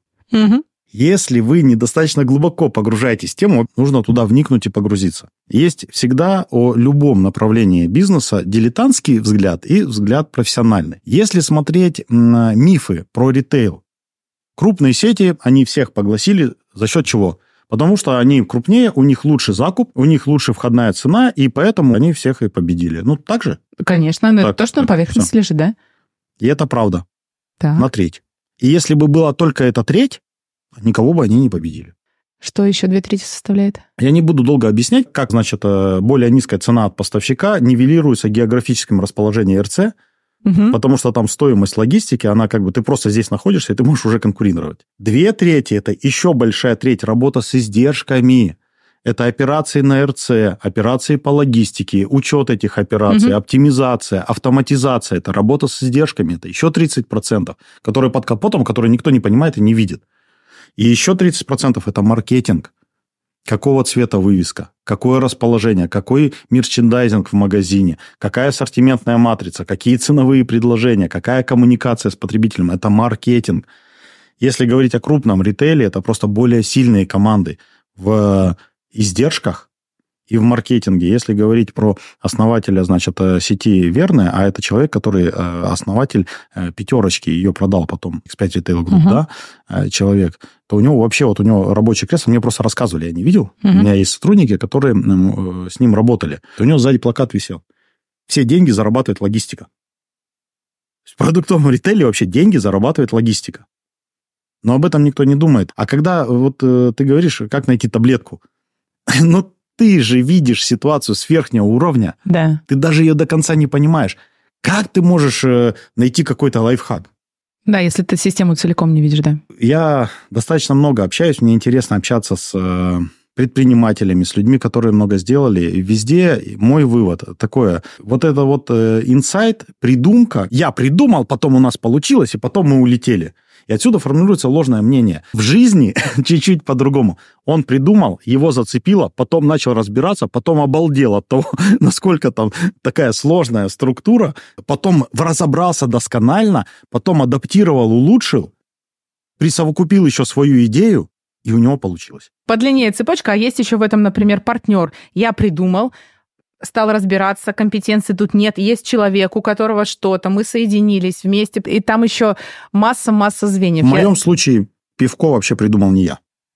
S1: Если вы недостаточно глубоко погружаетесь в тему, нужно туда вникнуть и погрузиться. Есть всегда о любом направлении бизнеса дилетантский взгляд и взгляд профессиональный. Если смотреть мифы про ритейл, крупные сети, они всех поглотили за счет чего? Потому что они крупнее, у них лучше закуп, у них лучше входная цена, и поэтому они всех и победили. Ну, так же?
S2: Конечно, но так, это то, что на поверхности лежит, да?
S1: И это правда.
S2: Так.
S1: На треть. И если бы была только эта треть, никого бы они не победили.
S2: Что еще 2/3 составляет?
S1: Я не буду долго объяснять, как, значит, более низкая цена от поставщика нивелируется географическим расположением РЦ, потому что там стоимость логистики, она как бы, ты просто здесь находишься, и ты можешь уже конкурировать. 2/3 – это еще большая треть работа с издержками. Это операции на РЦ, операции по логистике, учет этих операций, оптимизация, автоматизация. Это работа с издержками. Это еще 30%, которые под капотом, которые никто не понимает и не видит. И еще 30% – это маркетинг. Какого цвета вывеска, какое расположение, какой мерчендайзинг в магазине, какая ассортиментная матрица, какие ценовые предложения, какая коммуникация с потребителем. Это маркетинг. Если говорить о крупном ритейле, это просто более сильные команды в издержках и в маркетинге. Если говорить про основателя, значит, сети Верная, а это человек, который основатель Пятерочки, ее продал потом, X5 Retail Group, да, человек, то у него вообще, вот у него рабочее кресло, мне просто рассказывали, я не видел. У меня есть сотрудники, которые с ним работали. То у него сзади плакат висел. Все деньги зарабатывает логистика. В продуктовом ритейле вообще деньги зарабатывает логистика. Но об этом никто не думает. А когда вот ты говоришь, как найти таблетку, ну, ты же видишь ситуацию с верхнего уровня,
S2: да.
S1: Ты даже ее до конца не понимаешь. Как ты можешь найти какой-то лайфхак?
S2: Да, если ты систему целиком не видишь, да.
S1: Я достаточно много общаюсь, мне интересно общаться с предпринимателями, с людьми, которые много сделали. И везде мой вывод такое. Вот это вот инсайт, придумка. Я придумал, потом у нас получилось, и потом мы улетели. И отсюда формируется ложное мнение. В жизни чуть-чуть по-другому. Он придумал, его зацепило, потом начал разбираться, потом обалдел от того, насколько там такая сложная структура, потом разобрался досконально, потом адаптировал, улучшил, присовокупил еще свою идею, и у него получилось.
S2: Подлиннее цепочка, а есть еще в этом, например, партнер. Я придумал, стал разбираться, компетенции тут нет. Есть человек, у которого что-то, мы соединились вместе, и там еще масса звеньев.
S1: В моем случае пивко вообще придумал не я.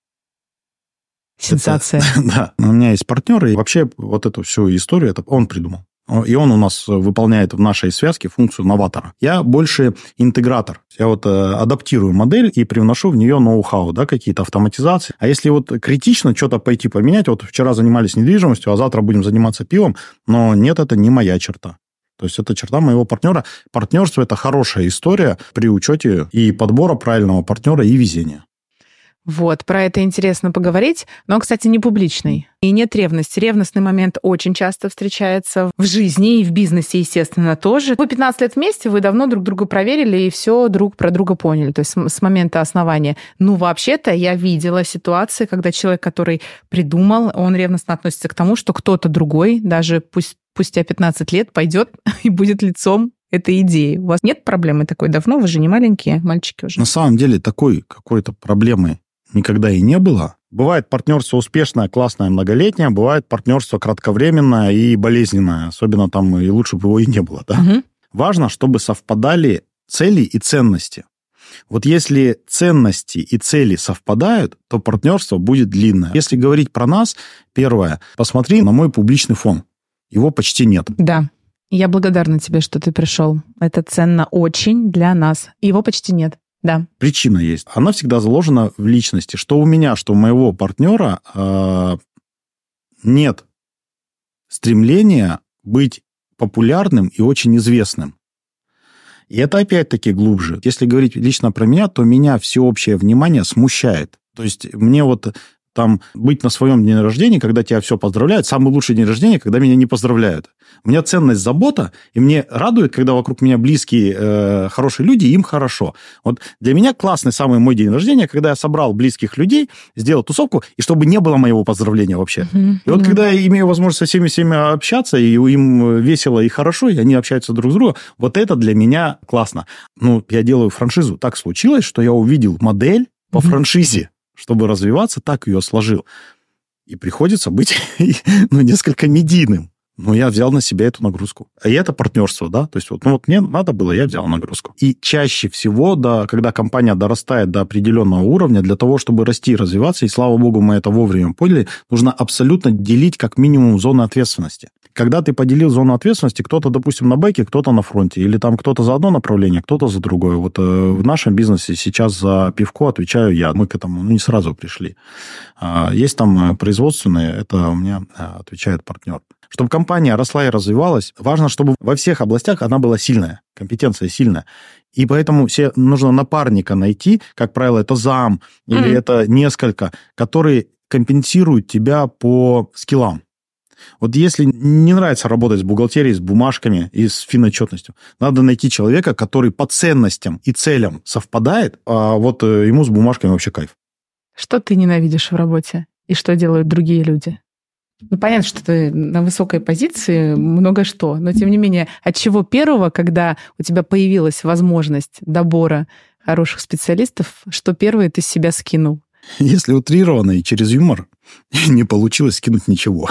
S2: Сенсация.
S1: Да, у меня есть партнеры, и вообще вот эту всю историю это он придумал. И он у нас выполняет в нашей связке функцию новатора. Я больше интегратор. Я вот адаптирую модель и привношу в нее ноу-хау, да, какие-то автоматизации. А если вот критично что-то пойти поменять, вот вчера занимались недвижимостью, а завтра будем заниматься пивом, но нет, это не моя черта. То есть это черта моего партнера. Партнерство – это хорошая история при учете и подбора правильного партнера, и везения.
S2: Вот, про это интересно поговорить, но он, кстати, не публичный. И нет ревности. Ревностный момент очень часто встречается в жизни и в бизнесе, естественно, тоже. Вы 15 лет вместе, вы давно друг друга проверили и все друг про друга поняли, то есть с момента основания. Ну, вообще-то я видела ситуации, когда человек, который придумал, он ревностно относится к тому, что кто-то другой, даже пусть спустя 15 лет, пойдет и будет лицом этой идеи. У вас нет проблемы такой давно? Вы же не маленькие мальчики уже.
S1: На самом деле такой какой-то проблемы никогда и не было. Бывает партнерство успешное, классное, многолетнее, бывает партнерство кратковременное и болезненное. Особенно там и лучше бы его и не было. Да? Угу. Важно, чтобы совпадали цели и ценности. Вот если ценности и цели совпадают, то партнерство будет длинное. Если говорить про нас, первое, посмотри на мой публичный фон. Его почти нет.
S2: Да. Я благодарна тебе, что ты пришел. Это ценно очень для нас. Его почти нет. Да.
S1: Причина есть. Она всегда заложена в личности. Что у меня, что у моего партнера нет стремления быть популярным и очень известным. И это опять-таки глубже. Если говорить лично про меня, то меня всеобщее внимание смущает. То есть мне вот там быть на своем дне рождения, когда тебя все поздравляют, самый лучший день рождения, когда меня не поздравляют. У меня ценность забота, и мне радует, когда вокруг меня близкие, хорошие люди, им хорошо. Вот для меня классный самый мой день рождения, когда я собрал близких людей, сделал тусовку, и чтобы не было моего поздравления вообще. И вот когда я имею возможность со всеми общаться, и им весело и хорошо, и они общаются друг с другом, вот это для меня классно. Ну, я делаю франшизу. Так случилось, что я увидел модель по франшизе, чтобы развиваться, так ее сложил. И приходится быть несколько медийным. Но я взял на себя эту нагрузку. И это партнерство, да? То есть вот мне надо было, я взял нагрузку. И чаще всего, да, когда компания дорастает до определенного уровня, для того, чтобы расти и развиваться, и слава богу, мы это вовремя поняли, нужно абсолютно делить как минимум зоны ответственности. Когда ты поделил зону ответственности, кто-то, допустим, на бэке, кто-то на фронте, или там кто-то за одно направление, кто-то за другое. Вот в нашем бизнесе сейчас за пивко отвечаю я. Мы к этому не сразу пришли. Есть там производственные, это у меня отвечает партнер. Чтобы компания росла и развивалась, важно, чтобы во всех областях она была сильная, компетенция сильная. И поэтому нужно напарника найти, как правило, это зам или это несколько, которые компенсируют тебя по скиллам. Вот если не нравится работать с бухгалтерией, с бумажками и с финотчетностью, надо найти человека, который по ценностям и целям совпадает, а вот ему с бумажками вообще кайф.
S2: Что ты ненавидишь в работе? И что делают другие люди? Ну, понятно, что ты на высокой позиции, много что, но, тем не менее, от чего первого, когда у тебя появилась возможность добора хороших специалистов, что первое ты с себя скинул?
S1: Если утрированно и через юмор, не получилось скинуть ничего.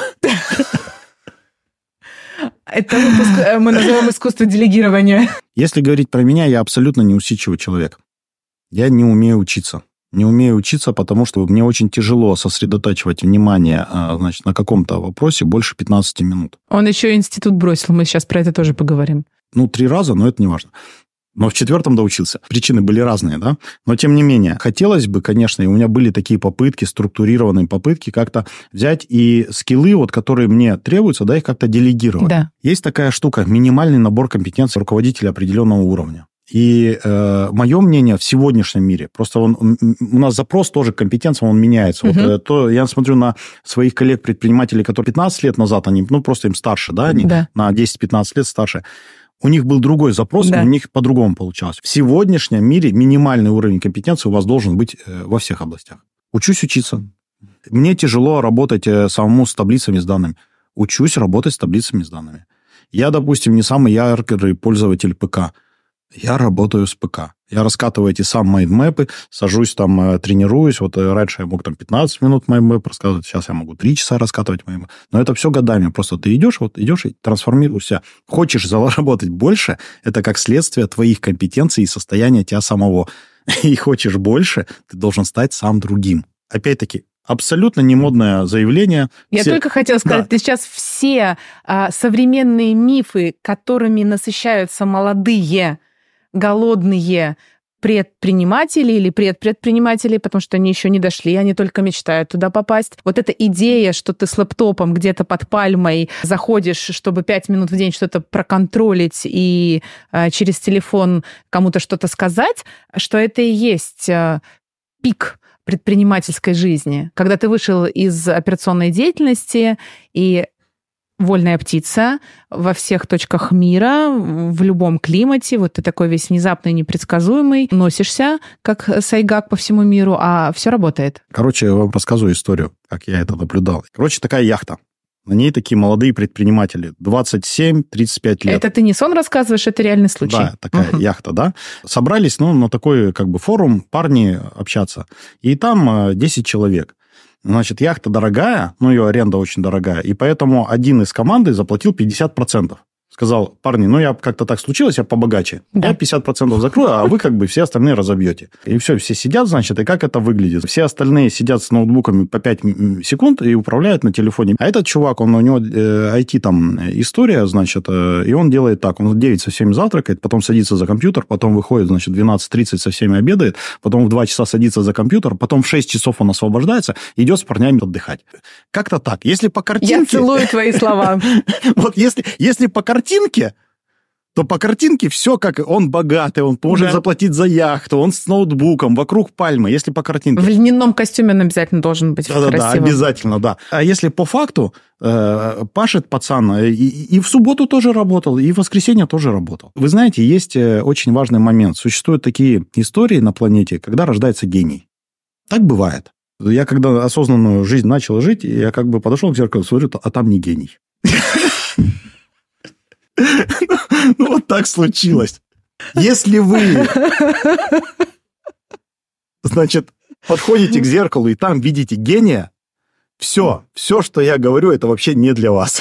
S2: Это выпуск мы называем искусство делегирования.
S1: Если говорить про меня, я абсолютно неусидчивый человек. Я не умею учиться. Не умею учиться, потому что мне очень тяжело сосредотачивать внимание, значит, на каком-то вопросе больше 15 минут.
S2: Он еще институт бросил, мы сейчас про это тоже поговорим.
S1: 3 раза, но это не важно. Но в 4-м доучился. Причины были разные, да? Но, тем не менее, хотелось бы, конечно, и у меня были такие попытки, структурированные попытки как-то взять и скиллы, вот, которые мне требуются, да, их как-то делегировать.
S2: Да.
S1: Есть такая штука, минимальный набор компетенций руководителя определенного уровня. И мое мнение в сегодняшнем мире, просто у нас запрос тоже к компетенциям, он меняется. Вот, я смотрю на своих коллег-предпринимателей, которые 15 лет назад, они, просто им старше, да, они на 10-15 лет старше, у них был другой запрос, и у них по-другому получалось. В сегодняшнем мире минимальный уровень компетенции у вас должен быть во всех областях. Учусь учиться. Мне тяжело работать самому с таблицами с данными. Учусь работать с таблицами с данными. Я, допустим, не самый яркий пользователь ПК. Я работаю с ПК. Я раскатываю эти сам майндмэпы, сажусь там, тренируюсь. Вот раньше я мог там 15 минут майндмэп рассказывать, сейчас я могу 3 часа раскатывать майндмэп. Но это все годами. Просто ты идешь и трансформируешься. Хочешь заработать больше, это как следствие твоих компетенций и состояния тебя самого. И хочешь больше, ты должен стать сам другим. Опять-таки, абсолютно не модное заявление.
S2: Я только хотела сказать, ты сейчас все современные мифы, которыми насыщаются молодые, голодные предприниматели или предпредприниматели, потому что они еще не дошли, они только мечтают туда попасть. Вот эта идея, что ты с лэптопом где-то под пальмой заходишь, чтобы 5 минут в день что-то проконтролить и через телефон кому-то что-то сказать, что это и есть пик предпринимательской жизни, когда ты вышел из операционной деятельности и вольная птица во всех точках мира, в любом климате. Вот ты такой весь внезапный, непредсказуемый, носишься, как сайгак по всему миру, а все работает.
S1: Короче, я вам рассказываю историю, как я это наблюдал. Короче, такая яхта. На ней такие молодые предприниматели, 27-35 лет.
S2: Это ты не сон рассказываешь, это реальный случай.
S1: Да, такая яхта, да. Собрались, на такой форум парни общаться. И там 10 человек. Значит, яхта дорогая, ее аренда очень дорогая, и поэтому один из команды заплатил 50%. Сказал: парни, я как-то так случилось, я побогаче. Да. Я 50% закрою, а вы все остальные разобьете. И все сидят, значит, и как это выглядит? Все остальные сидят с ноутбуками по 5 секунд и управляют на телефоне. А этот чувак, у него IT история, значит, и он делает так. Он в 9 со всеми завтракает, потом садится за компьютер, потом выходит, значит, в 12:30 со всеми обедает, потом в 2 часа садится за компьютер, потом в 6 часов он освобождается, идет с парнями отдыхать. Как-то так. Если по картинке...
S2: Я целую твои слова.
S1: Вот если по картинке, то по картинке все как он богатый, он может заплатить за яхту, он с ноутбуком, вокруг пальмы, если по картинке.
S2: В льняном костюме он обязательно должен быть красивым.
S1: Да, обязательно, да. А если по факту, пашет пацан, и в субботу тоже работал, и в воскресенье тоже работал. Вы знаете, есть очень важный момент. Существуют такие истории на планете, когда рождается гений. Так бывает. Я когда осознанную жизнь начал жить, я подошел к зеркалу, смотрю, а там не гений. Вот так случилось. Если вы, значит, подходите к зеркалу и там видите гения, все, что я говорю, это вообще не для вас.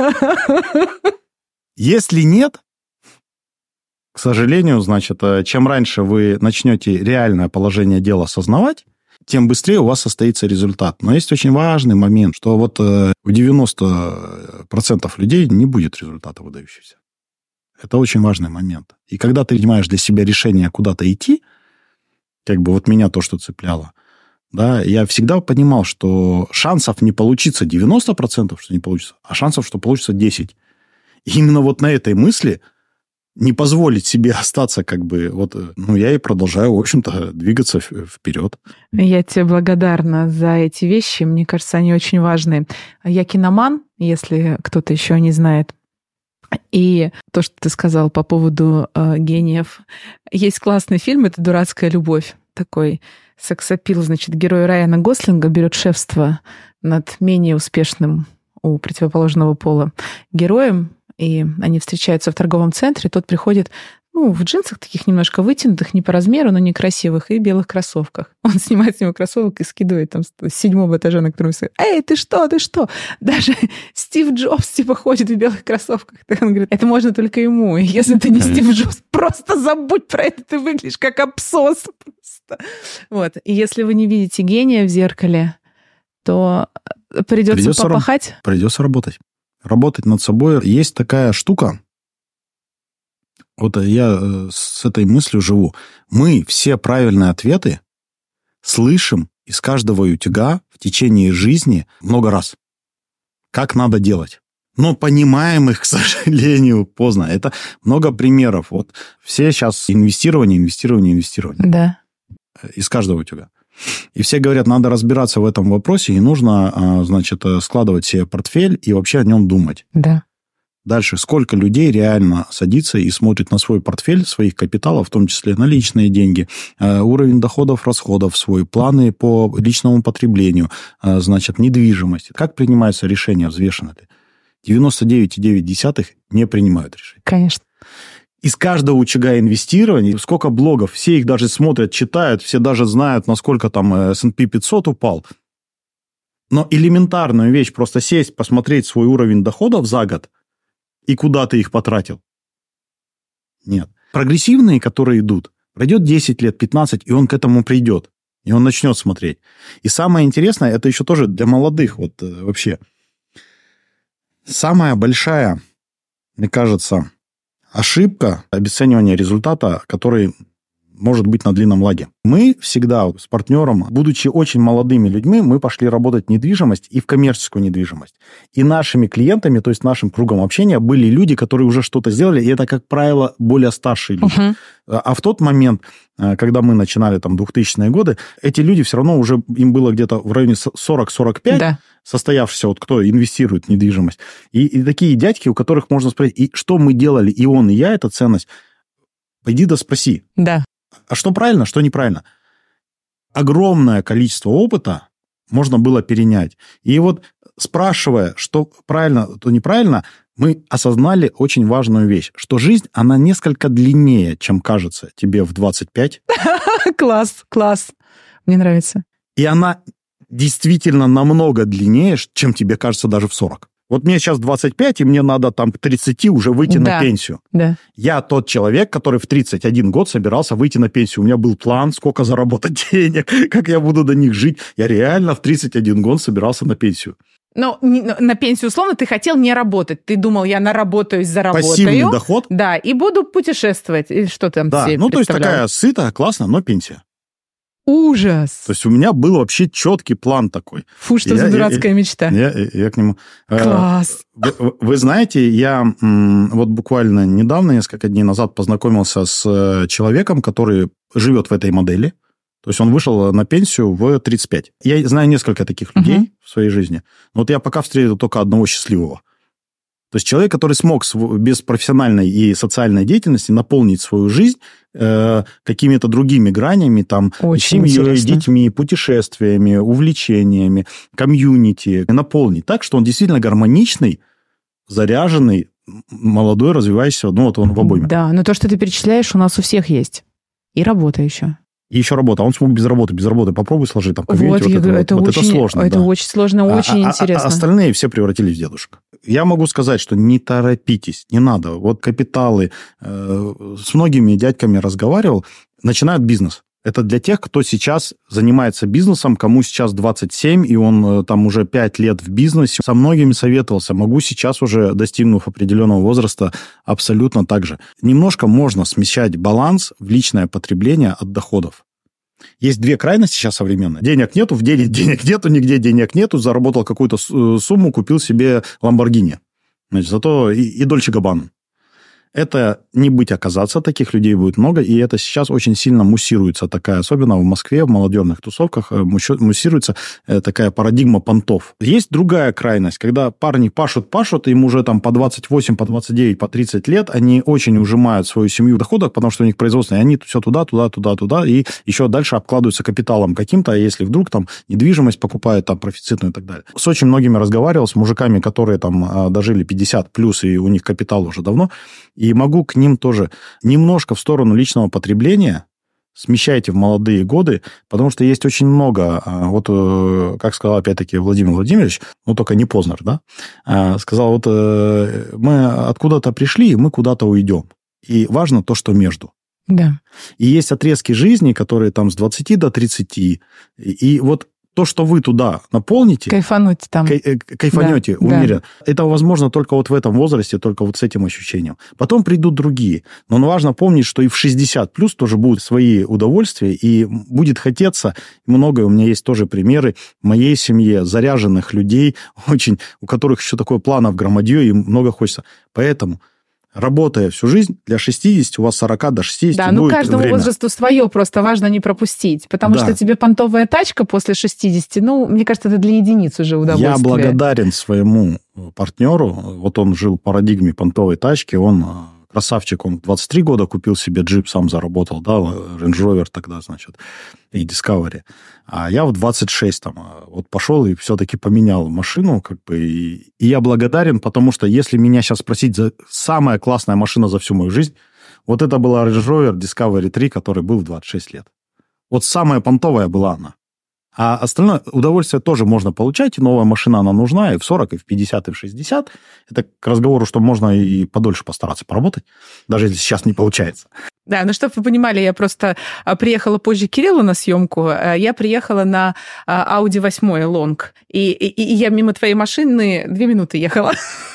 S1: Если нет, к сожалению, значит, чем раньше вы начнете реальное положение дела осознавать, тем быстрее у вас состоится результат. Но есть очень важный момент, что вот у 90% людей не будет результата выдающегося. Это очень важный момент. И когда ты принимаешь для себя решение куда-то идти, вот меня то, что цепляло, да, я всегда понимал, что шансов не получится 90%, что не получится, а шансов, что получится 10%. И именно вот на этой мысли не позволить себе остаться я и продолжаю, в общем-то, двигаться вперед.
S2: Я тебе благодарна за эти вещи. Мне кажется, они очень важны. Я киноман, если кто-то еще не знает. И то, что ты сказал по поводу гениев. Есть классный фильм, это «Дурацкая любовь». Такой сексапил, значит, герой Райана Гослинга берет шефство над менее успешным у противоположного пола героем, и они встречаются в торговом центре, тот приходит, в джинсах таких немножко вытянутых, не по размеру, но некрасивых, и белых кроссовках. Он снимает с него кроссовок и скидывает там с 7-го этажа, на котором стоит. Эй, ты что? Даже Стив Джобс ходит в белых кроссовках. Так он говорит, это можно только ему. И если ты не Стив Джобс, просто забудь про это, ты выглядишь как абсос. Просто. Вот. И если вы не видите гения в зеркале, то придется попахать.
S1: Придется работать. Работать над собой. Есть такая штука. Вот я с этой мыслью живу. Мы все правильные ответы слышим из каждого утюга в течение жизни много раз. Как надо делать? Но понимаем их, к сожалению, поздно. Это много примеров. Вот все сейчас инвестирование.
S2: Да.
S1: Из каждого утюга. И все говорят, надо разбираться в этом вопросе, и нужно, значит, складывать себе портфель и вообще о нем думать.
S2: Да.
S1: Дальше, сколько людей реально садится и смотрит на свой портфель, своих капиталов, в том числе наличные деньги, уровень доходов, расходов свой, планы по личному потреблению, значит, недвижимость. Как принимаются решения, взвешены ли? 99,9 не принимают решения.
S2: Конечно.
S1: Из каждого утюга инвестирования, сколько блогов, все их даже смотрят, читают, все даже знают, насколько там S&P 500 упал. Но элементарную вещь, просто сесть, посмотреть свой уровень доходов за год и куда ты их потратил. Нет. Прогрессивные, которые идут, пройдет 10 лет, 15, и он к этому придет. И он начнет смотреть. И самое интересное, это еще тоже для молодых вот вообще. Самая большая, мне кажется, ошибка обесценивания результата, который может быть на длинном лаге. Мы всегда с партнером, будучи очень молодыми людьми, мы пошли работать в недвижимость и в коммерческую недвижимость. И нашими клиентами, то есть нашим кругом общения, были люди, которые уже что-то сделали, и это, как правило, более старшие люди. А в тот момент, когда мы начинали там 2000-е годы, эти люди все равно уже, им было где-то в районе 40-45, да. Состоявшиеся, вот кто инвестирует в недвижимость. И такие дядьки, у которых можно спросить, и что мы делали, и он, и я, эта ценность, пойди да спроси.
S2: Да.
S1: А что правильно, что неправильно? Огромное количество опыта можно было перенять. И вот спрашивая, что правильно, то неправильно, мы осознали очень важную вещь, что жизнь, она несколько длиннее, чем кажется тебе в 25.
S2: Класс. Мне нравится.
S1: И она действительно намного длиннее, чем тебе кажется даже в 40. Вот мне сейчас 25, и мне надо там к 30 уже выйти на пенсию.
S2: Да.
S1: Я тот человек, который в 31 год собирался выйти на пенсию. У меня был план, сколько заработать денег, как я буду до них жить. Я реально в 31 год собирался на пенсию.
S2: Ну, на пенсию, условно, ты хотел не работать. Ты думал, я наработаюсь, заработаю.
S1: Пассивный доход.
S2: Да, и буду путешествовать. Или что там
S1: да,
S2: все
S1: ну, то есть такая сытая, классная, но пенсия.
S2: Ужас.
S1: То есть у меня был вообще четкий план такой.
S2: Фу, что за дурацкая мечта.
S1: Я к нему...
S2: Класс.
S1: Вы знаете, я вот буквально недавно, несколько дней назад, познакомился с человеком, который живет в этой модели. То есть он вышел на пенсию в 35. Я знаю несколько таких людей в своей жизни. Но вот я пока встретил только одного счастливого. То есть человек, который смог без профессиональной и социальной деятельности наполнить свою жизнь какими-то другими гранями, там, семьей, детьми, путешествиями, увлечениями, комьюнити, наполнить так, что он действительно гармоничный, заряженный, молодой, развивающийся, ну, вот он в обойме.
S2: Да, но то, что ты перечисляешь, у нас у всех есть. И работа еще.
S1: И еще работа. А он смог без работы. Попробуй сложить там комьюнити.
S2: Вот это сложно. Это очень сложно, очень интересно.
S1: Остальные все превратились в дедушек. Я могу сказать, что не торопитесь, не надо. Вот капиталы, с многими дядьками разговаривал, начинают бизнес. Это для тех, кто сейчас занимается бизнесом, кому сейчас 27, и он там уже 5 лет в бизнесе. Со многими советовался. Могу сейчас уже, достигнув определенного возраста, абсолютно так же. Немножко можно смещать баланс в личное потребление от доходов. Есть две крайности сейчас современные. Денег нету, в деле денег нету, нигде денег нету. Заработал какую-то сумму, купил себе Lamborghini. Значит, зато и Dolce Gabbana. Это не быть оказаться, таких людей будет много, и это сейчас очень сильно муссируется такая, особенно в Москве, в молодежных тусовках, муссируется такая парадигма понтов. Есть другая крайность, когда парни пашут, им уже там по 28, по 29, по 30 лет, они очень ужимают свою семью в доходах, потому что у них производственные, они все туда, и еще дальше обкладываются капиталом каким-то, а если вдруг там недвижимость покупают, там профицитную и так далее. С очень многими разговаривал, с мужиками, которые там дожили 50 плюс, и у них капитал уже давно. И могу к ним тоже немножко в сторону личного потребления смещайте в молодые годы, потому что есть очень много, вот, как сказал опять-таки Владимир Владимирович, ну, только не Познер, да, сказал, вот мы откуда-то пришли, и мы куда-то уйдем. И важно то, что между.
S2: Да.
S1: И есть отрезки жизни, которые там с 20 до 30, и вот то, что вы туда наполните...
S2: Кайфануть там.
S1: Кайфанете, уверен. Это возможно только вот в этом возрасте, только вот с этим ощущением. Потом придут другие. Но важно помнить, что и в 60 плюс тоже будут свои удовольствия, и будет хотеться многое. У меня есть тоже примеры в моей семье заряженных людей, очень, у которых еще такое планов громадье, и много хочется. Поэтому... Работая всю жизнь, для 60, у вас 40 до 60
S2: да,
S1: будет
S2: каждому
S1: время.
S2: возрасту свое, просто важно не пропустить. Потому что тебе понтовая тачка после 60, мне кажется, это для единиц уже удовольствие.
S1: Я благодарен своему партнеру. Вот он жил в парадигме понтовой тачки, он... Красавчик, он в 23 года купил себе джип, сам заработал, да, Range Rover тогда, значит, и Discovery. А я в 26 вот пошел и все-таки поменял машину, как бы, и я благодарен, потому что если меня сейчас спросить за самая классная машина за всю мою жизнь, вот это была Range Rover Discovery 3, который был в 26 лет. Вот самая понтовая была она. А остальное удовольствие тоже можно получать, и новая машина, она нужна и в 40, и в 50, и в 60. Это к разговору, что можно и подольше постараться поработать, даже если сейчас не получается.
S2: Да, чтобы вы понимали, я просто приехала позже Кирилла на съемку, я приехала на Audi 8 Long, и я мимо твоей машины 2 минуты ехала.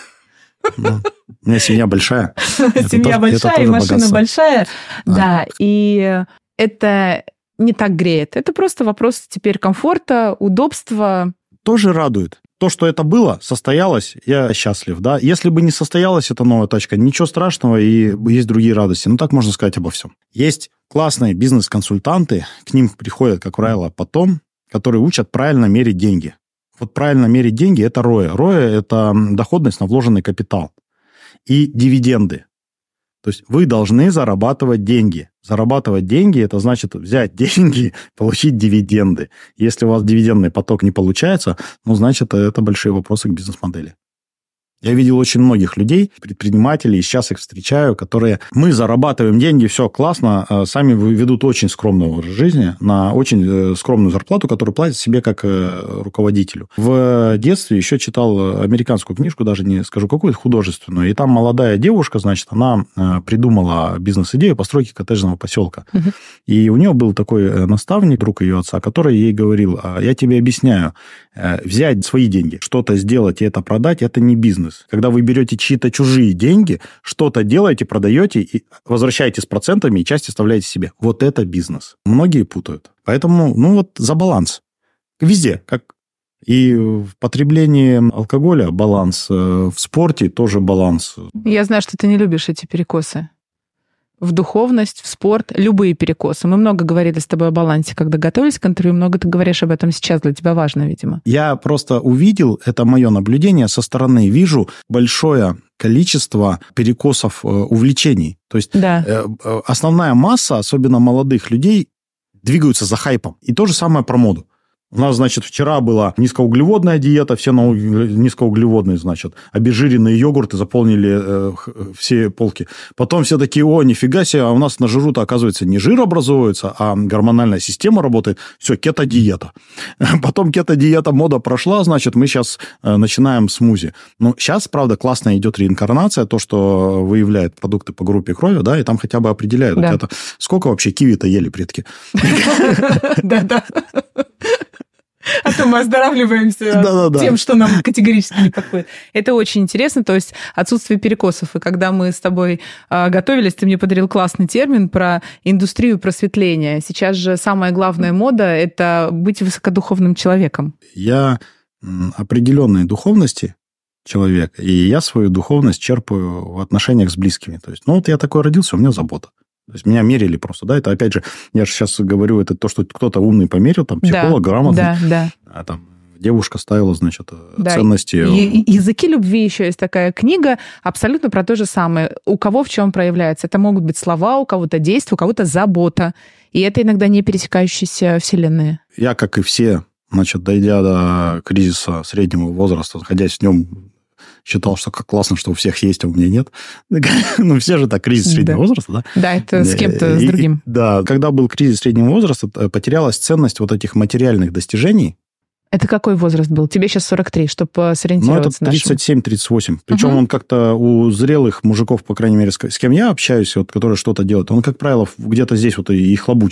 S1: У меня семья большая.
S2: Семья большая, и машина большая. Да, и это... не так греет. Это просто вопрос теперь комфорта, удобства.
S1: Тоже радует. То, что это было, состоялось, я счастлив, да. Если бы не состоялась эта новая тачка, ничего страшного, и есть другие радости. Так можно сказать обо всем. Есть классные бизнес-консультанты, к ним приходят, как правило, потом, которые учат правильно мерить деньги. Вот правильно мерить деньги – это ROE. ROE – это доходность на вложенный капитал. И дивиденды. То есть вы должны зарабатывать деньги. Зарабатывать деньги – это значит взять деньги, получить дивиденды. Если у вас дивидендный поток не получается, значит, это большие вопросы к бизнес-модели. Я видел очень многих людей, предпринимателей, сейчас их встречаю, которые мы зарабатываем деньги, все классно, сами ведут очень скромный образ жизни на очень скромную зарплату, которую платят себе как руководителю. В детстве еще читал американскую книжку, даже не скажу какую, художественную, и там молодая девушка, значит, она придумала бизнес-идею постройки коттеджного поселка. Угу. И у нее был такой наставник, друг ее отца, который ей говорил: я тебе объясняю, взять свои деньги, что-то сделать и это продать, это не бизнес. Когда вы берете чьи-то чужие деньги, что-то делаете, продаете, и возвращаете с процентами, и часть оставляете себе. Вот это бизнес. Многие путают. Поэтому, за баланс. Везде. Как и в потреблении алкоголя баланс, в спорте тоже баланс.
S2: Я знаю, что ты не любишь эти перекосы. В духовность, в спорт, любые перекосы. Мы много говорили с тобой о балансе, когда готовились к интервью, много ты говоришь об этом сейчас, для тебя важно, видимо.
S1: Я просто увидел, это мое наблюдение со стороны, вижу большое количество перекосов увлечений. То есть основная масса, особенно молодых людей, двигаются за хайпом. И то же самое про моду. У нас, значит, вчера была низкоуглеводная диета, все низкоуглеводные, значит, обезжиренные йогурты заполнили все полки. Потом все такие: о, нифига себе, а у нас на жиру-то, оказывается, не жир образуется, а гормональная система работает. Все, кето-диета. Потом кето-диета, мода прошла, значит, мы сейчас начинаем смузи. Сейчас, правда, классно идет реинкарнация, то, что выявляет продукты по группе крови, да, и там хотя бы определяют, это сколько вообще киви-то ели предки.
S2: Да-да. А то мы оздоравливаемся тем, что нам категорически не подходит. Это очень интересно, то есть отсутствие перекосов. И когда мы с тобой готовились, ты мне подарил классный термин про индустрию просветления. Сейчас же самая главная мода – это быть высокодуховным человеком.
S1: Я определенной духовности человек, и я свою духовность черпаю в отношениях с близкими. То есть, я такой родился, у меня забота. То есть меня мерили просто, да, это опять же, я же сейчас говорю, это то, что кто-то умный померил, там, психолог, грамотный, а там девушка ставила, значит, ценности.
S2: «Языки любви» еще есть такая книга, абсолютно про то же самое. У кого в чем проявляется? Это могут быть слова, у кого-то действия, у кого-то забота. И это иногда не пересекающиеся вселенные. Я, как и все, значит, дойдя до кризиса среднего возраста, находясь в нем, считал, что как классно, что у всех есть, а у меня нет. Все же так, кризис среднего возраста, да? Да, это с кем-то, с другим.
S1: Да, когда был кризис среднего возраста, потерялась ценность вот этих материальных достижений.
S2: Это какой возраст был? Тебе сейчас 43, чтобы сориентироваться.
S1: Это 37-38. Причем он как-то у зрелых мужиков, по крайней мере, с кем я общаюсь, которые что-то делают, он, как правило, где-то здесь вот и хлобучит.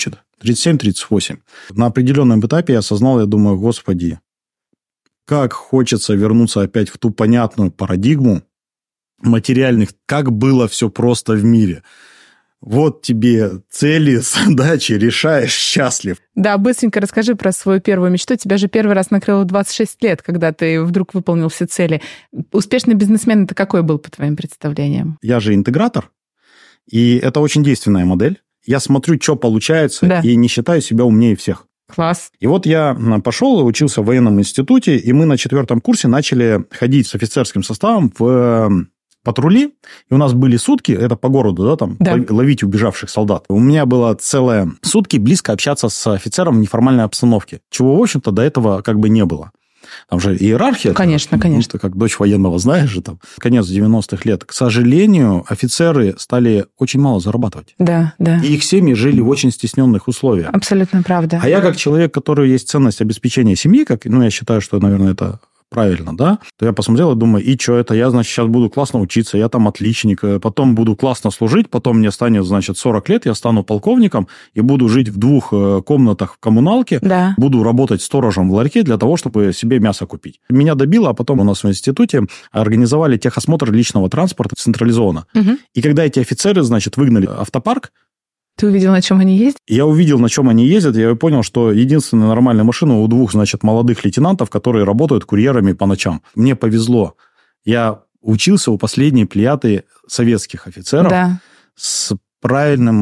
S1: 37-38. На определенном этапе я осознал, я думаю, господи, как хочется вернуться опять в ту понятную парадигму материальных, как было все просто в мире. Вот тебе цели, задачи, решаешь, счастлив.
S2: Да, быстренько расскажи про свою первую мечту. Тебя же первый раз накрыло в 26 лет, когда ты вдруг выполнил все цели. Успешный бизнесмен – это какой был по твоим представлениям?
S1: Я же интегратор, и это очень действенная модель. Я смотрю, что получается, да. И не считаю себя умнее всех.
S2: Класс.
S1: И вот я пошел, учился в военном институте, и мы на 4 курсе начали ходить с офицерским составом в патрули, и у нас были сутки, это по городу, да, там, да. Ловить убежавших солдат. У меня было целые сутки близко общаться с офицером в неформальной обстановке, чего, в общем-то, до этого как бы не было. Там же иерархия.
S2: Конечно, конечно.
S1: Ты как дочь военного знаешь же, там, конец 90-х лет. К сожалению, офицеры стали очень мало зарабатывать.
S2: Да, да.
S1: И их семьи жили в очень стесненных условиях.
S2: Абсолютно правда.
S1: А я как человек, который есть ценность обеспечения семьи, как, я считаю, что, наверное, это правильно, да, то я посмотрел и думаю, и что это? Я, значит, сейчас буду классно учиться, я там отличник, потом буду классно служить, потом мне станет, значит, 40 лет, я стану полковником и буду жить в 2 комнатах в коммуналке, да. Буду работать сторожем в ларьке для того, чтобы себе мясо купить. Меня добило, а потом у нас в институте организовали техосмотр личного транспорта централизованно. Угу. И когда эти офицеры, значит, выгнали автопарк,
S2: ты увидел, на чем они ездят?
S1: Я увидел, на чем они ездят. Я понял, что единственная нормальная машина у 2, значит, молодых лейтенантов, которые работают курьерами по ночам. Мне повезло. Я учился у последней плеяды советских офицеров, да. С правильным,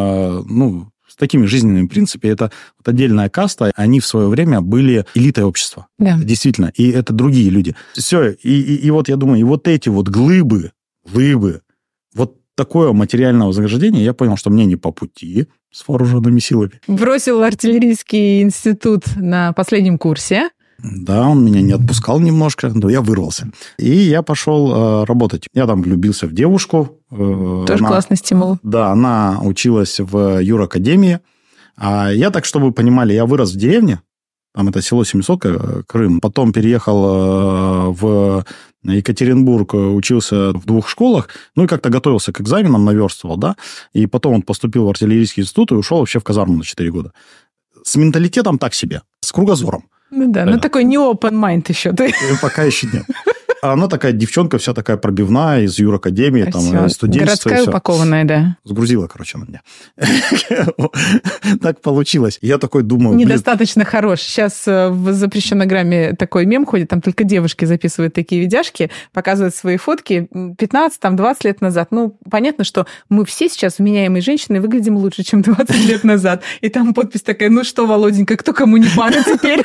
S1: с такими жизненными принципами. Это вот отдельная каста. Они в свое время были элитой общества. Да. Действительно. И это другие люди. Все. И вот я думаю, и вот эти вот глыбы, вот такое материальное вознаграждение, я понял, что мне не по пути с вооруженными силами.
S2: Бросил артиллерийский институт на последнем курсе.
S1: Да, он меня не отпускал немножко, но я вырвался. И я пошел работать. Я там влюбился в девушку.
S2: Тоже классный стимул.
S1: Да, она училась в юракадемии. А я так, чтобы вы понимали, я вырос в деревне. Там это село Семисотка, Крым. Потом переехал в Екатеринбург, учился в 2 школах, и как-то готовился к экзаменам, наверстывал, да. И потом он поступил в артиллерийский институт и ушел вообще в казарму на 4 года. С менталитетом так себе, с кругозором.
S2: Да, такой не open mind еще.
S1: Пока еще нет. А она такая девчонка, вся такая пробивная, из юракадемии, там, студенчество.
S2: Городская упакованная, да.
S1: Сгрузила, на меня. Так получилось. Я такой думаю...
S2: Недостаточно хорош. Сейчас в запрещенной грамме такой мем ходит, там только девушки записывают такие видяшки, показывают свои фотки 15-20 лет назад. Понятно, что мы все сейчас, вменяемые женщины, выглядим лучше, чем 20 лет назад. И там подпись такая, что, Володенька, кто кому не пара теперь?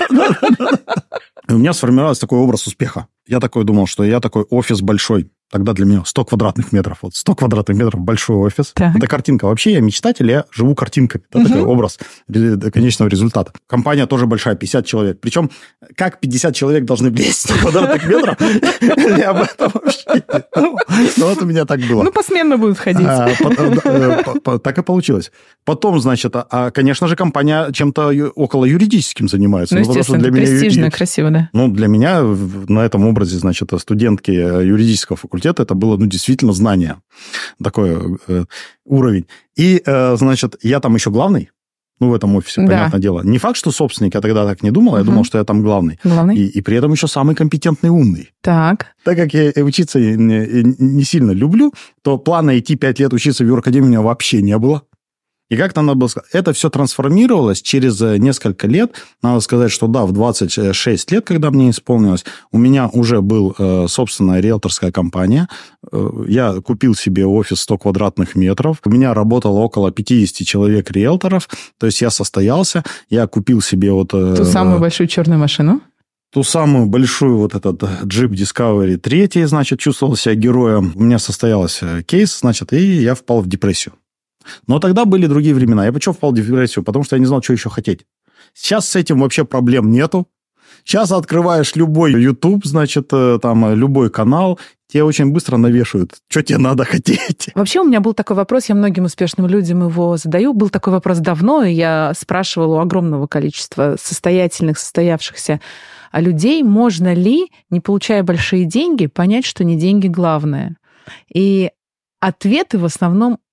S1: У меня сформировался такой образ успеха. Я такой думал, что я такой офис большой. Тогда для меня 100 квадратных метров. 100 квадратных метров – большой офис. Так. Это картинка. Вообще я мечтатель, я живу картинками. Это такой образ конечного результата. Компания тоже большая, 50 человек. Причем, как 50 человек должны влезть в 100 квадратных метров, я об этом вообще не думал. Но вот у меня так было.
S2: Посменно будут ходить.
S1: Так и получилось. Потом, значит, конечно же, компания чем-то около юридическим занимается.
S2: Естественно, престижно, красиво, да.
S1: Для меня на этом образе, значит, студентки юридического факультета это было, действительно знание. Такой уровень. И, значит, я там еще главный. В этом офисе, да. Понятное дело. Не факт, что собственник, я тогда так не думал, я думал, что я там главный. И при этом еще самый компетентный умный.
S2: Так.
S1: Так как я учиться не сильно люблю, то плана идти 5 лет учиться в юракадемии у меня вообще не было. И как-то надо было сказать, это все трансформировалось через несколько лет. Надо сказать, что да, в 26 лет, когда мне исполнилось, у меня уже был собственная риэлторская компания. Я купил себе офис 100 квадратных метров. У меня работало около 50 человек риэлторов. То есть я состоялся, я купил себе
S2: ту самую большую черную машину?
S1: Ту самую большую этот Jeep Discovery 3, значит, чувствовал себя героем. У меня состоялся кейс, значит, и я впал в депрессию. Но тогда были другие времена. Я почему впал в депрессию? Потому что я не знал, что еще хотеть. Сейчас с этим вообще проблем нету. Сейчас открываешь любой YouTube, значит, там, любой канал, тебе очень быстро навешивают, что тебе надо хотеть.
S2: Вообще у меня был такой вопрос, я многим успешным людям его задаю. Был такой вопрос давно, и я спрашивала у огромного количества состоятельных, состоявшихся людей, можно ли, не получая большие деньги, понять, что не деньги главное. И ответы в основном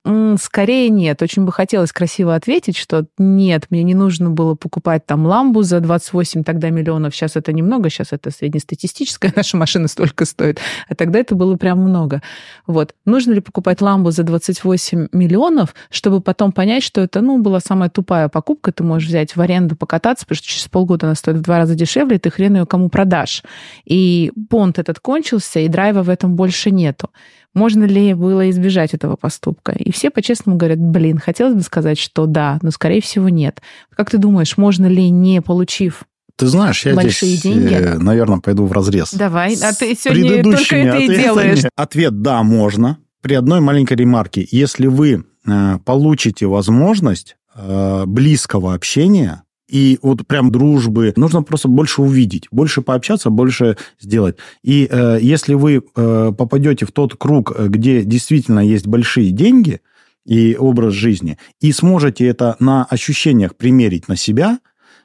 S2: Скорее нет. Очень бы хотелось красиво ответить, что нет, мне не нужно было покупать там ламбу за 28 тогда миллионов. Сейчас это немного, сейчас это среднестатистическая наша машина столько стоит. А тогда это было прям много. Вот. Нужно ли покупать ламбу за 28 миллионов, чтобы потом понять, что это, была самая тупая покупка. Ты можешь взять в аренду, покататься, потому что через полгода она стоит в 2 раза дешевле, и ты хрен ее кому продашь. И понт этот кончился, и драйва в этом больше нету. Можно ли было избежать этого поступка? И все по-честному говорят, хотелось бы сказать, что да, но, скорее всего, нет. Как ты думаешь, можно ли, не получив
S1: Ты знаешь, я
S2: большие
S1: здесь,
S2: деньги,
S1: наверное, пойду вразрез.
S2: Давай, а ты сегодня только это и делаешь.
S1: Ответ «да, можно». При одной маленькой ремарке. Если вы получите возможность близкого общения, и вот прям дружбы, нужно просто больше увидеть, больше пообщаться, больше сделать. И если вы попадете в тот круг, где действительно есть большие деньги и образ жизни, и сможете это на ощущениях примерить на себя,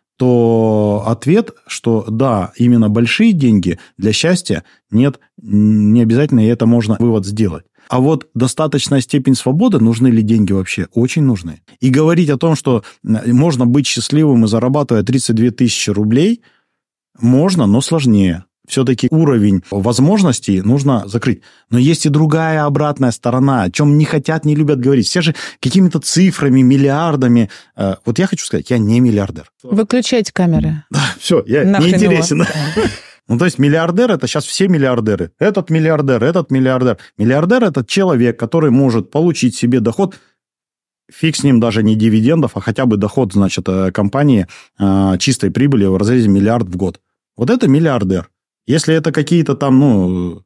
S1: то ответ, что да, именно большие деньги для счастья, нет, не обязательно, и это можно вывод сделать. А вот достаточная степень свободы, нужны ли деньги вообще? Очень нужны. И говорить о том, что можно быть счастливым и зарабатывая 32 тысячи рублей, можно, но сложнее. Все-таки уровень возможностей нужно закрыть. Но есть и другая обратная сторона, о чем не хотят, не любят говорить. Все же какими-то цифрами, миллиардами. Вот я хочу сказать, я не миллиардер.
S2: Выключайте камеры.
S1: Да, все, я не интересен. То есть миллиардер – это сейчас все миллиардеры. Этот миллиардер, этот миллиардер. Миллиардер – это человек, который может получить себе доход, фиг с ним даже не дивидендов, а хотя бы доход, значит, компании чистой прибыли в разрезе миллиард в год. Вот это миллиардер. Если это какие-то там,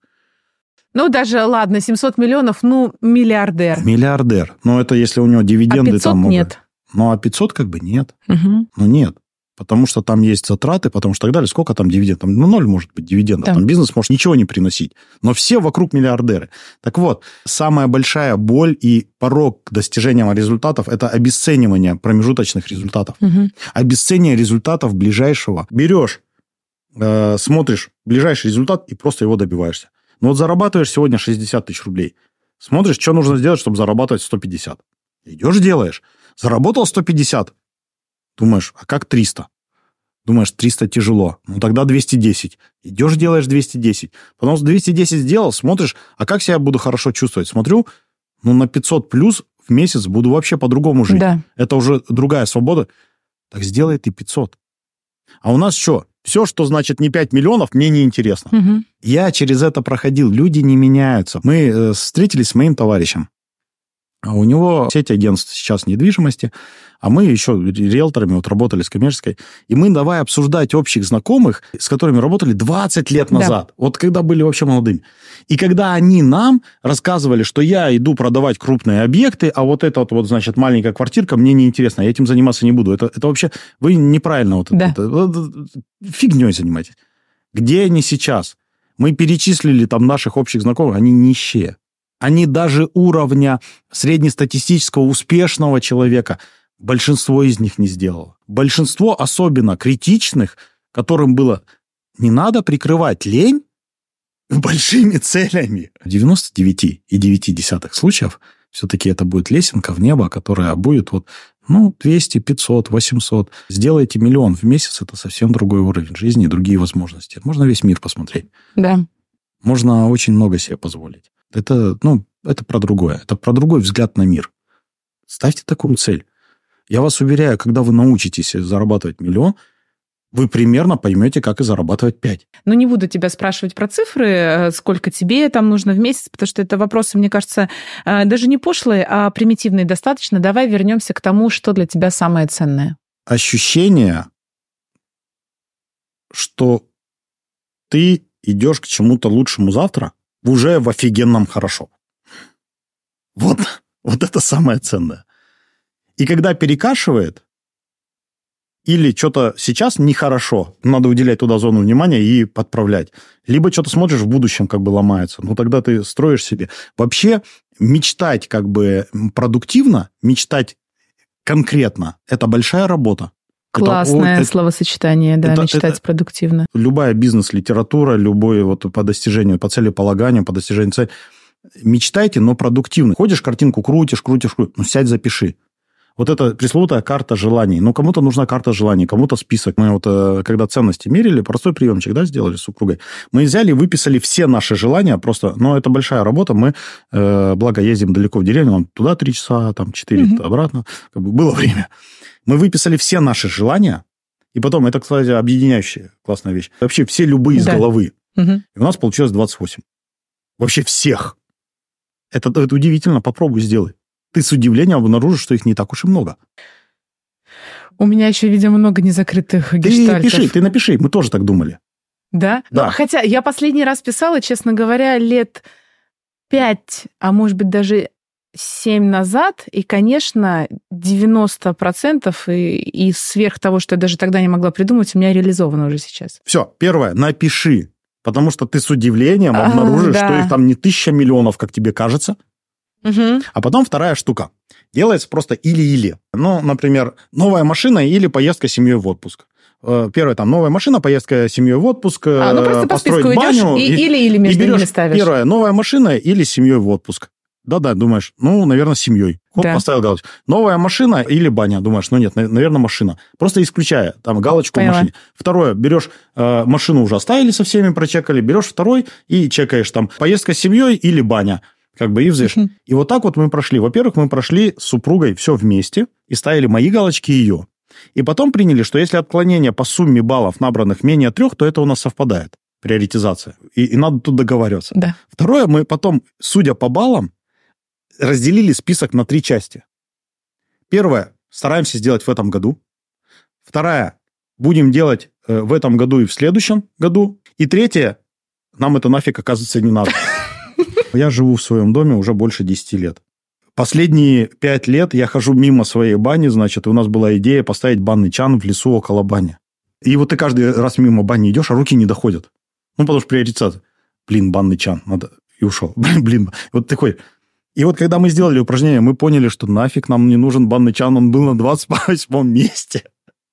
S2: даже, ладно, 700 миллионов, миллиардер.
S1: Миллиардер. Но это если у него дивиденды
S2: 500
S1: там могут.
S2: Нет.
S1: А 500 как бы нет.
S2: Угу.
S1: Нет. Потому что там есть затраты, потому что так далее. Сколько там дивидендов? Там 0 может быть дивидендов.
S2: Да.
S1: Там бизнес может ничего не приносить. Но все вокруг миллиардеры. Так вот, самая большая боль и порог к достижениям результатов – это обесценивание промежуточных результатов.
S2: Угу.
S1: Обесценивание результатов ближайшего. Берешь, смотришь ближайший результат и просто его добиваешься. Вот зарабатываешь сегодня 60 тысяч рублей. Смотришь, что нужно сделать, чтобы зарабатывать 150. Идешь, делаешь. Заработал 150. Думаешь, а как 300? Думаешь, 300 тяжело. Тогда 210. Идешь, делаешь 210. Потом 210 сделал, смотришь, а как себя буду хорошо чувствовать? Смотрю, на 500 плюс в месяц буду вообще по-другому жить.
S2: Да.
S1: Это уже другая свобода. Так сделай ты 500. А у нас что? Все, что значит не 5 миллионов, мне не интересно.
S2: Угу.
S1: Я через это проходил. Люди не меняются. Мы встретились с моим товарищем. У него сеть агентств сейчас недвижимости, а мы еще риэлторами работали с коммерческой. И мы давай обсуждать общих знакомых, с которыми работали 20 лет назад. Да. Вот когда были вообще молодыми. И когда они нам рассказывали, что я иду продавать крупные объекты, а вот это вот, значит, маленькая квартирка, мне неинтересно, я этим заниматься не буду. Это вообще, вы неправильно фигней занимаетесь. Где они сейчас? Мы перечислили там наших общих знакомых, они нищие. Они даже уровня среднестатистического успешного человека, большинство из них не сделало. Большинство, особенно критичных, которым было не надо прикрывать лень большими целями. В 99,9 случаев все-таки это будет лесенка в небо, которая будет 200, 500, 800. Сделайте миллион в месяц, это совсем другой уровень жизни и другие возможности. Можно весь мир посмотреть.
S2: Да.
S1: Можно очень много себе позволить. Это про другое. Это про другой взгляд на мир. Ставьте такую цель. Я вас уверяю, когда вы научитесь зарабатывать миллион, вы примерно поймете, как и зарабатывать 5.
S2: Не буду тебя спрашивать про цифры, сколько тебе там нужно в месяц, потому что это вопросы, мне кажется, даже не пошлые, а примитивные достаточно. Давай вернемся к тому, что для тебя самое ценное.
S1: Ощущение, что ты идешь к чему-то лучшему завтра, уже в офигенном хорошо. Вот это самое ценное. И когда перекашивает, или что-то сейчас нехорошо, надо уделять туда зону внимания и подправлять. Либо что-то смотришь, в будущем ломается. Тогда ты строишь себе. Вообще мечтать продуктивно, мечтать конкретно, это большая работа.
S2: Классное словосочетание, да, мечтать продуктивно.
S1: Любая бизнес-литература, любой по достижению, по целеполаганию, по достижению цели, Мечтайте, но продуктивно. Ходишь, картинку крутишь. Ну, сядь, запиши. Вот это пресловутая карта желаний. Ну, кому-то нужна карта желаний, кому-то список. Мы вот, когда ценности мерили, простой приемчик, да, сделали с супругой. Мы взяли, выписали все наши желания просто. Но это большая работа. Мы, благо, ездим далеко в деревню, нам туда 3 часа, там 4 обратно. Как бы было время. Мы выписали все наши желания. И потом, это, кстати, объединяющая классная вещь. Вообще все любые из головы. И у нас получилось 28. Вообще всех. Это удивительно. Попробуй, сделай. Ты с удивлением обнаружишь, что их не так уж и много.
S2: У меня еще, видимо, много незакрытых гештальтов.
S1: Ты напиши, мы тоже так думали.
S2: Да?
S1: Да.
S2: Ну, хотя я последний раз писала, честно говоря, лет 5, а может быть даже 7 назад, и, конечно, 90% и сверх того, что я даже тогда не могла придумать, у меня реализовано уже сейчас.
S1: Все, первое, напиши, потому что ты с удивлением обнаружишь, что их там не 1000 миллионов, как тебе кажется. А потом вторая штука. Делается просто или-или. Ну, например, новая машина или поездка с семьей в отпуск. Первое, там, новая машина, поездка с семьей в отпуск,
S2: просто
S1: построить баню.
S2: Или между ними ставишь.
S1: Первое, новая машина или с семьей в отпуск. Да-да, думаешь, ну, наверное, с семьей. Поставил галочку. Новая машина или баня. Думаешь, ну, нет, наверное, машина. Просто исключая там галочку в машине. Второе, берешь машину, уже оставили со всеми, прочекали, берешь второй и чекаешь там поездка с семьей или баня. Как бы и взвешиваешь. И вот так вот мы прошли. Во-первых, мы прошли с супругой все вместе и ставили мои галочки и ее. И потом приняли, что если отклонение по сумме баллов, набранных менее 3, то это у нас совпадает. Приоритизация. И надо тут договариваться.
S2: Да.
S1: Второе, мы потом, судя по баллам, разделили список на 3 части. Первое, стараемся сделать в этом году. Вторая, будем делать в этом году и в следующем году. И третье, нам это нафиг, оказывается, не надо. Я живу в своем доме уже больше 10 лет. Последние 5 лет я хожу мимо своей бани, значит, и у нас была идея поставить банный чан в лесу около бани. И вот ты каждый раз мимо бани идешь, а руки не доходят. Ну, потому что приоритет. Блин, банный чан, надо. И ушел. Блин. Вот такой. И вот когда мы сделали упражнение, мы поняли, что нафиг нам не нужен банный чан, он был на 28 месте.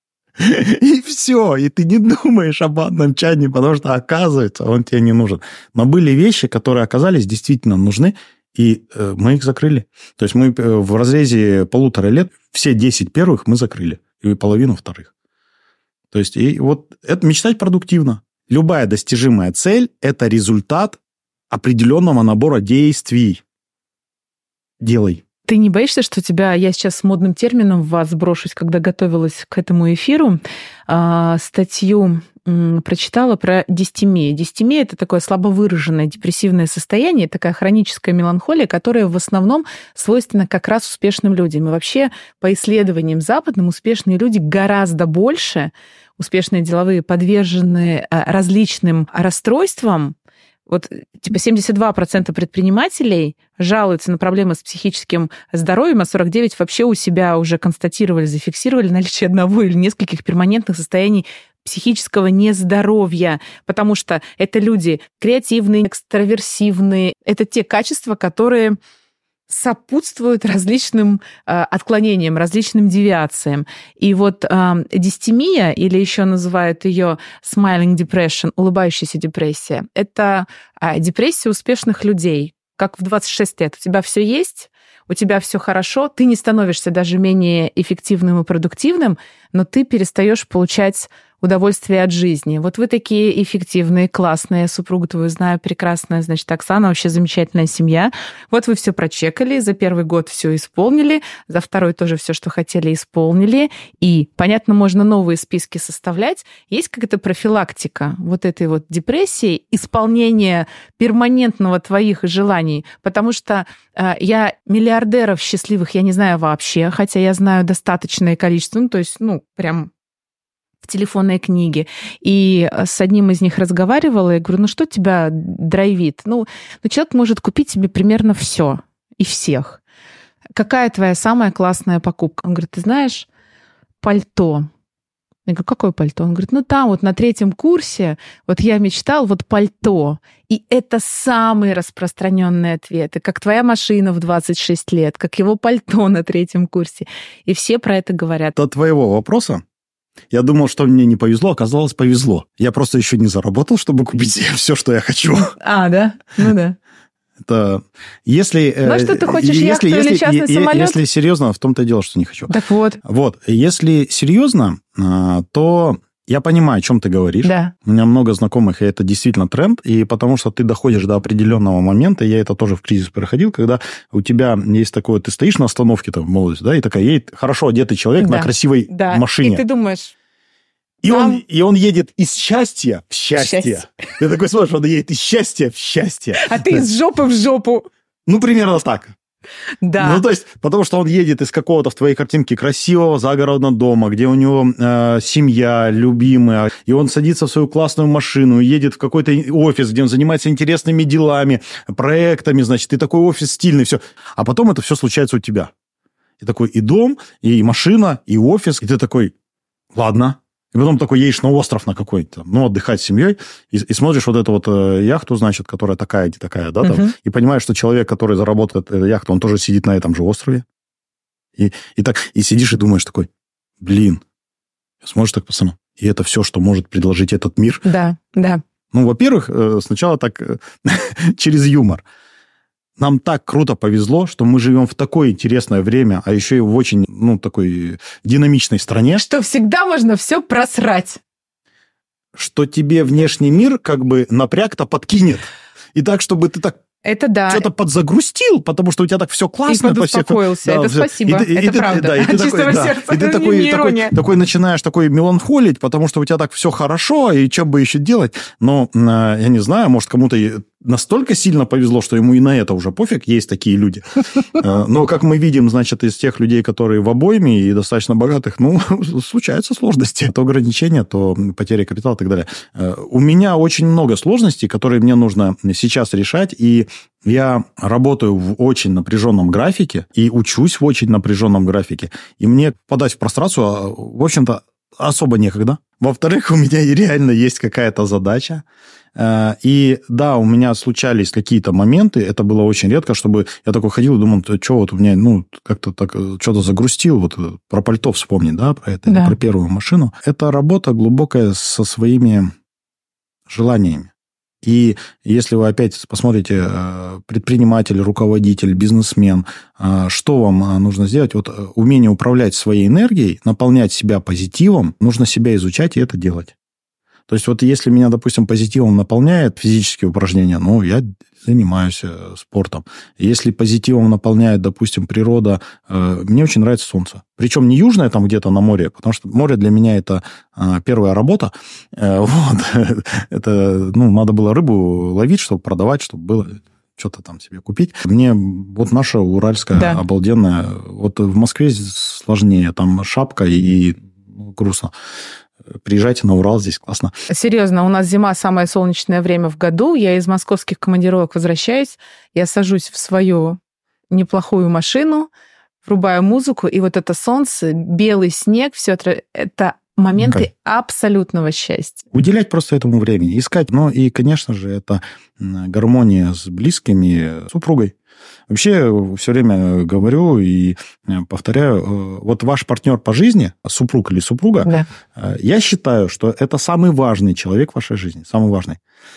S1: И все, и ты не думаешь о банном чане, потому что, оказывается, он тебе не нужен. Но были вещи, которые оказались действительно нужны, и мы их закрыли. То есть мы в разрезе 1,5 лет все 10 первых мы закрыли, и половину вторых. То есть и вот это мечтать продуктивно. Любая достижимая цель – это результат определенного набора действий. Делай.
S2: Ты не боишься, что я сейчас с модным термином в вас брошусь, когда готовилась к этому эфиру, статью прочитала про дистемию. Дистемия – это такое слабо выраженное депрессивное состояние, такая хроническая меланхолия, которая в основном свойственна как раз успешным людям. И вообще, по исследованиям западным, успешные люди гораздо больше, успешные деловые, подвержены различным расстройствам. Вот типа 72% предпринимателей жалуются на проблемы с психическим здоровьем, а 49% вообще у себя уже констатировали, зафиксировали наличие одного или нескольких перманентных состояний психического нездоровья, потому что это люди креативные, экстраверсивные. Это те качества, которые сопутствуют различным отклонениям, различным девиациям. И вот дистемия, или еще называют ее smiling depression, улыбающаяся депрессия, это депрессия успешных людей. Как в 26 лет. У тебя все есть, у тебя все хорошо, ты не становишься даже менее эффективным и продуктивным, но ты перестаешь получать удовольствие от жизни. Вот вы такие эффективные, классные, супругу твою знаю, прекрасная, значит, Оксана, вообще замечательная семья. Вот вы все прочекали, за первый год все исполнили, за второй тоже все, что хотели, исполнили. И, понятно, можно новые списки составлять. Есть какая-то профилактика вот этой вот депрессии, исполнение перманентного твоих желаний, потому что я миллиардеров счастливых, я не знаю вообще, хотя я знаю достаточное количество, то есть, прям в телефонной книге. И с одним из них разговаривала, и говорю, что тебя драйвит? Человек может купить себе примерно все и всех. Какая твоя самая классная покупка? Он говорит, ты знаешь, пальто. Я говорю, какое пальто? Он говорит, там вот на 3 курсе я мечтал пальто. И это самый распространенный ответ. И как твоя машина в 26 лет, как его пальто на 3 курсе. И все про это говорят.
S1: До твоего вопроса я думал, что мне не повезло, оказалось, повезло. Я просто еще не заработал, чтобы купить себе все, что я хочу.
S2: Да? Ну да.
S1: Это если...
S2: Ну, что ты хочешь, яхту или частный самолет?
S1: Если серьезно, в том-то и дело, что не хочу.
S2: Так вот.
S1: Вот. Если серьезно, то я понимаю, о чем ты говоришь.
S2: Да.
S1: У меня много знакомых, и это действительно тренд. И потому что ты доходишь до определенного момента, я это тоже в кризис проходил, когда у тебя есть такое, ты стоишь на остановке там, в молодости, да, и такая едет хорошо одетый человек на красивой машине.
S2: И ты думаешь...
S1: И он едет из счастья в счастье. Ты такой смотришь, он едет из счастья в счастье.
S2: А ты из жопы в жопу.
S1: Ну, примерно так.
S2: Да.
S1: Ну, то есть, потому что он едет из какого-то в твоей картинке красивого загородного дома, где у него семья, любимая, и он садится в свою классную машину, едет в какой-то офис, где он занимается интересными делами, проектами, значит, и такой офис стильный, все. А потом это все случается у тебя. И такой и дом, и машина, и офис, и ты такой, ладно. И потом такой едешь на остров на какой-то, ну, отдыхать с семьей, и смотришь вот эту вот яхту, значит, которая такая, не такая, да, там, и понимаешь, что человек, который заработает эту яхту, он тоже сидит на этом же острове. И сидишь и думаешь такой, блин, сможешь так, пацаны? И это все, что может предложить этот мир?
S2: Да, да.
S1: Ну, во-первых, сначала так через юмор. Нам так круто повезло, что мы живем в такое интересное время, а еще и в очень, ну, такой динамичной стране.
S2: Что всегда можно все просрать.
S1: Что тебе внешний мир как бы напряг-то подкинет. И так, чтобы ты так
S2: это да.
S1: Что-то подзагрустил, потому что у тебя так все классно.
S2: И подуспокоился. Это спасибо. Это правда.
S1: От чистого сердца. И ты такой начинаешь меланхолить, потому что у тебя так все хорошо, и что бы еще делать? Но, я не знаю, может, кому-то настолько сильно повезло, что ему и на это уже пофиг, есть такие люди. Но, как мы видим, значит, из тех людей, которые в обойме и достаточно богатых, ну, случаются сложности. То ограничения, то потеря капитала и так далее. У меня очень много сложностей, которые мне нужно сейчас решать, и я работаю в очень напряженном графике и учусь в очень напряженном графике. И мне подать в прострацию, в общем-то, особо некогда. Во-вторых, у меня реально есть какая-то задача. И да, у меня случались какие-то моменты, это было очень редко, чтобы я такой ходил и думал, что вот у меня, ну, как-то так что-то загрустил, вот про пальто вспомнить, да, про это, да. Про первую машину. Это работа глубокая со своими желаниями. И если вы опять посмотрите, предприниматель, руководитель, бизнесмен, что вам нужно сделать? Вот умение управлять своей энергией, наполнять себя позитивом, нужно себя изучать и это делать. То есть, вот если меня, допустим, позитивом наполняет физические упражнения, ну, я занимаюсь спортом. Если позитивом наполняет, допустим, природа, мне очень нравится солнце. Причем не южное там где-то на море, потому что море для меня это первая работа. Вот. Это, ну, надо было рыбу ловить, чтобы продавать, чтобы было что-то там себе купить. Мне вот наша уральская, да, обалденная. Вот в Москве сложнее. Там шапка и грустно. Приезжайте на Урал, здесь классно.
S2: Серьезно, у нас зима, самое солнечное время в году. Я из московских командировок возвращаюсь, я сажусь в свою неплохую машину, врубаю музыку, и вот это солнце, белый снег, все это моменты абсолютного счастья.
S1: Уделять просто этому времени, искать. Ну и, конечно же, это гармония с близкими, с супругой. Вообще, все время говорю и повторяю, вот ваш партнер по жизни, супруг или супруга, да, я считаю, что это самый важный человек в вашей жизни, самый важный.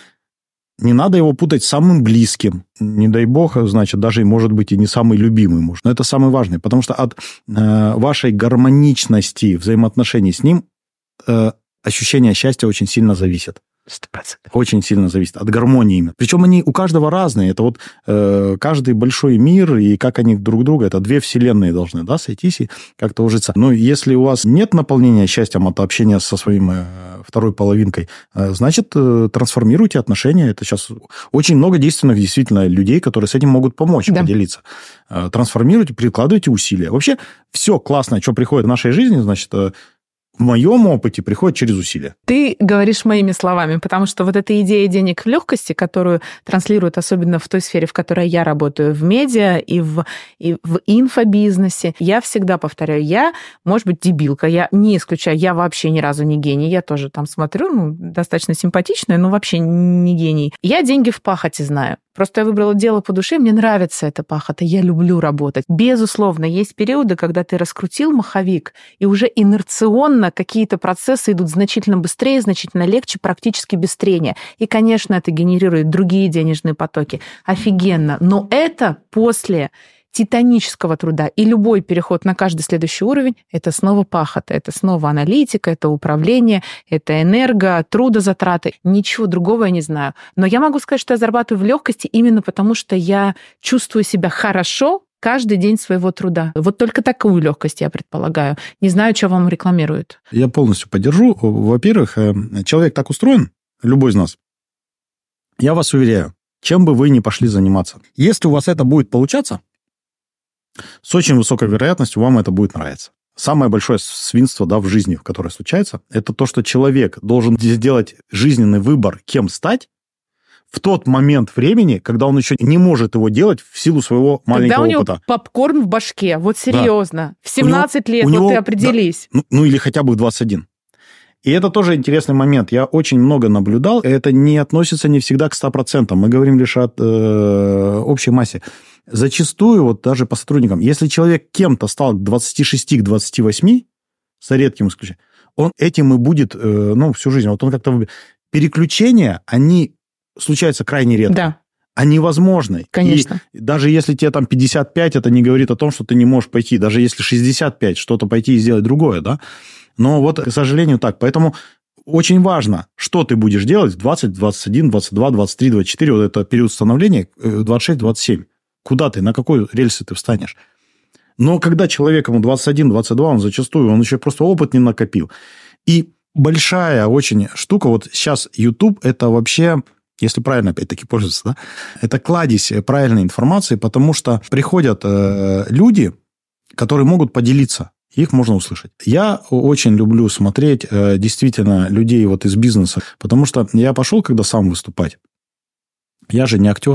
S1: Не надо его путать с самым близким. Не дай бог, значит, даже, может быть, и не самый любимый муж. Но это самый важный, потому что от вашей гармоничности взаимоотношений с ним ощущение счастья очень сильно зависит. 100%. Очень сильно зависит от гармонии именно. Причем они у каждого разные. Это вот каждый большой мир, и как они друг друга, это две вселенные должны, да, сойтись и как-то ужиться. Но если у вас нет наполнения счастьем от общения со своим второй половинкой, значит, трансформируйте отношения. Это сейчас очень много действенных действительно людей, которые с этим могут помочь, да, поделиться. Трансформируйте, прикладывайте усилия. Вообще, все классное, что приходит в нашей жизни, значит, в моем опыте приходит через усилия.
S2: Ты говоришь моими словами, потому что вот эта идея денег в легкости, которую транслируют особенно в той сфере, в которой я работаю, в медиа и в инфобизнесе, я всегда повторяю, я, может быть, дебилка, я не исключаю, я вообще ни разу не гений, я тоже там смотрю, ну, достаточно симпатичная, но вообще не гений. Я деньги в пахоте знаю. Просто я выбрала дело по душе, мне нравится эта пахота, я люблю работать. Безусловно, есть периоды, когда ты раскрутил маховик, и уже инерционно какие-то процессы идут значительно быстрее, значительно легче, практически без трения. И, конечно, это генерирует другие денежные потоки. Офигенно. Но это после титанического труда. И любой переход на каждый следующий уровень — это снова пахота, это снова аналитика, это управление, это трудозатраты. Ничего другого я не знаю. Но я могу сказать, что я зарабатываю в легкости именно потому, что я чувствую себя хорошо каждый день своего труда. Вот только такую легкость я предполагаю. Не знаю, что вам рекламируют.
S1: Я полностью поддержу. Во-первых, человек так устроен, любой из нас. Я вас уверяю, чем бы вы ни пошли заниматься, если у вас это будет получаться, с очень высокой вероятностью вам это будет нравиться. Самое большое свинство, в жизни, в которое случается, это то, что человек должен сделать жизненный выбор, кем стать, в тот момент времени, когда он еще не может его делать в силу своего маленького опыта.
S2: Когда у него попкорн в башке, вот серьезно. Да. В 17 лет ты определись.
S1: Да, или хотя бы в 21. И это тоже интересный момент. Я очень много наблюдал. Это не относится не всегда к 100%. Мы говорим лишь о общей массе. Зачастую, даже по сотрудникам, если человек кем-то стал к 26-28, за редким исключением, он этим и будет всю жизнь. Вот он как-то... Переключения, они случаются крайне редко. Да. Они возможны.
S2: Конечно.
S1: И даже если тебе 55, это не говорит о том, что ты не можешь пойти. Даже если 65, что-то пойти и сделать другое, да? Но к сожалению, так. Поэтому очень важно, что ты будешь делать в 20, 21, 22, 23, 24, вот это период становления, 26, 27. Куда ты, на какой рельсы ты встанешь? Но когда человек ему 21, 22, он еще просто опыт не накопил. И большая очень штука, вот сейчас YouTube, это вообще, если правильно, опять-таки, пользоваться, да, это кладезь правильной информации, потому что приходят люди, которые могут поделиться. Их можно услышать. Я очень люблю смотреть действительно людей из бизнеса, потому что я пошел, когда сам выступать. Я же не актер.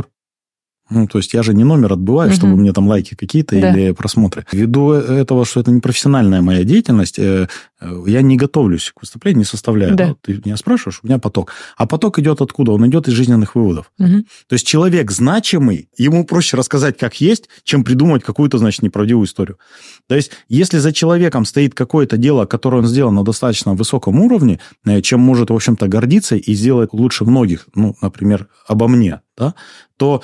S1: То есть я же не номер отбываю, чтобы мне там лайки какие-то или просмотры. Ввиду этого, что это не профессиональная моя деятельность, я не готовлюсь к выступлению, не составляю. Да. Ты меня спрашиваешь, у меня поток. А поток идет откуда? Он идет из жизненных выводов. То есть человек значимый, ему проще рассказать, как есть, чем придумать какую-то, неправдивую историю. То есть если за человеком стоит какое-то дело, которое он сделал на достаточно высоком уровне, чем может, в общем-то, гордиться и сделать лучше многих, например, обо мне, да, то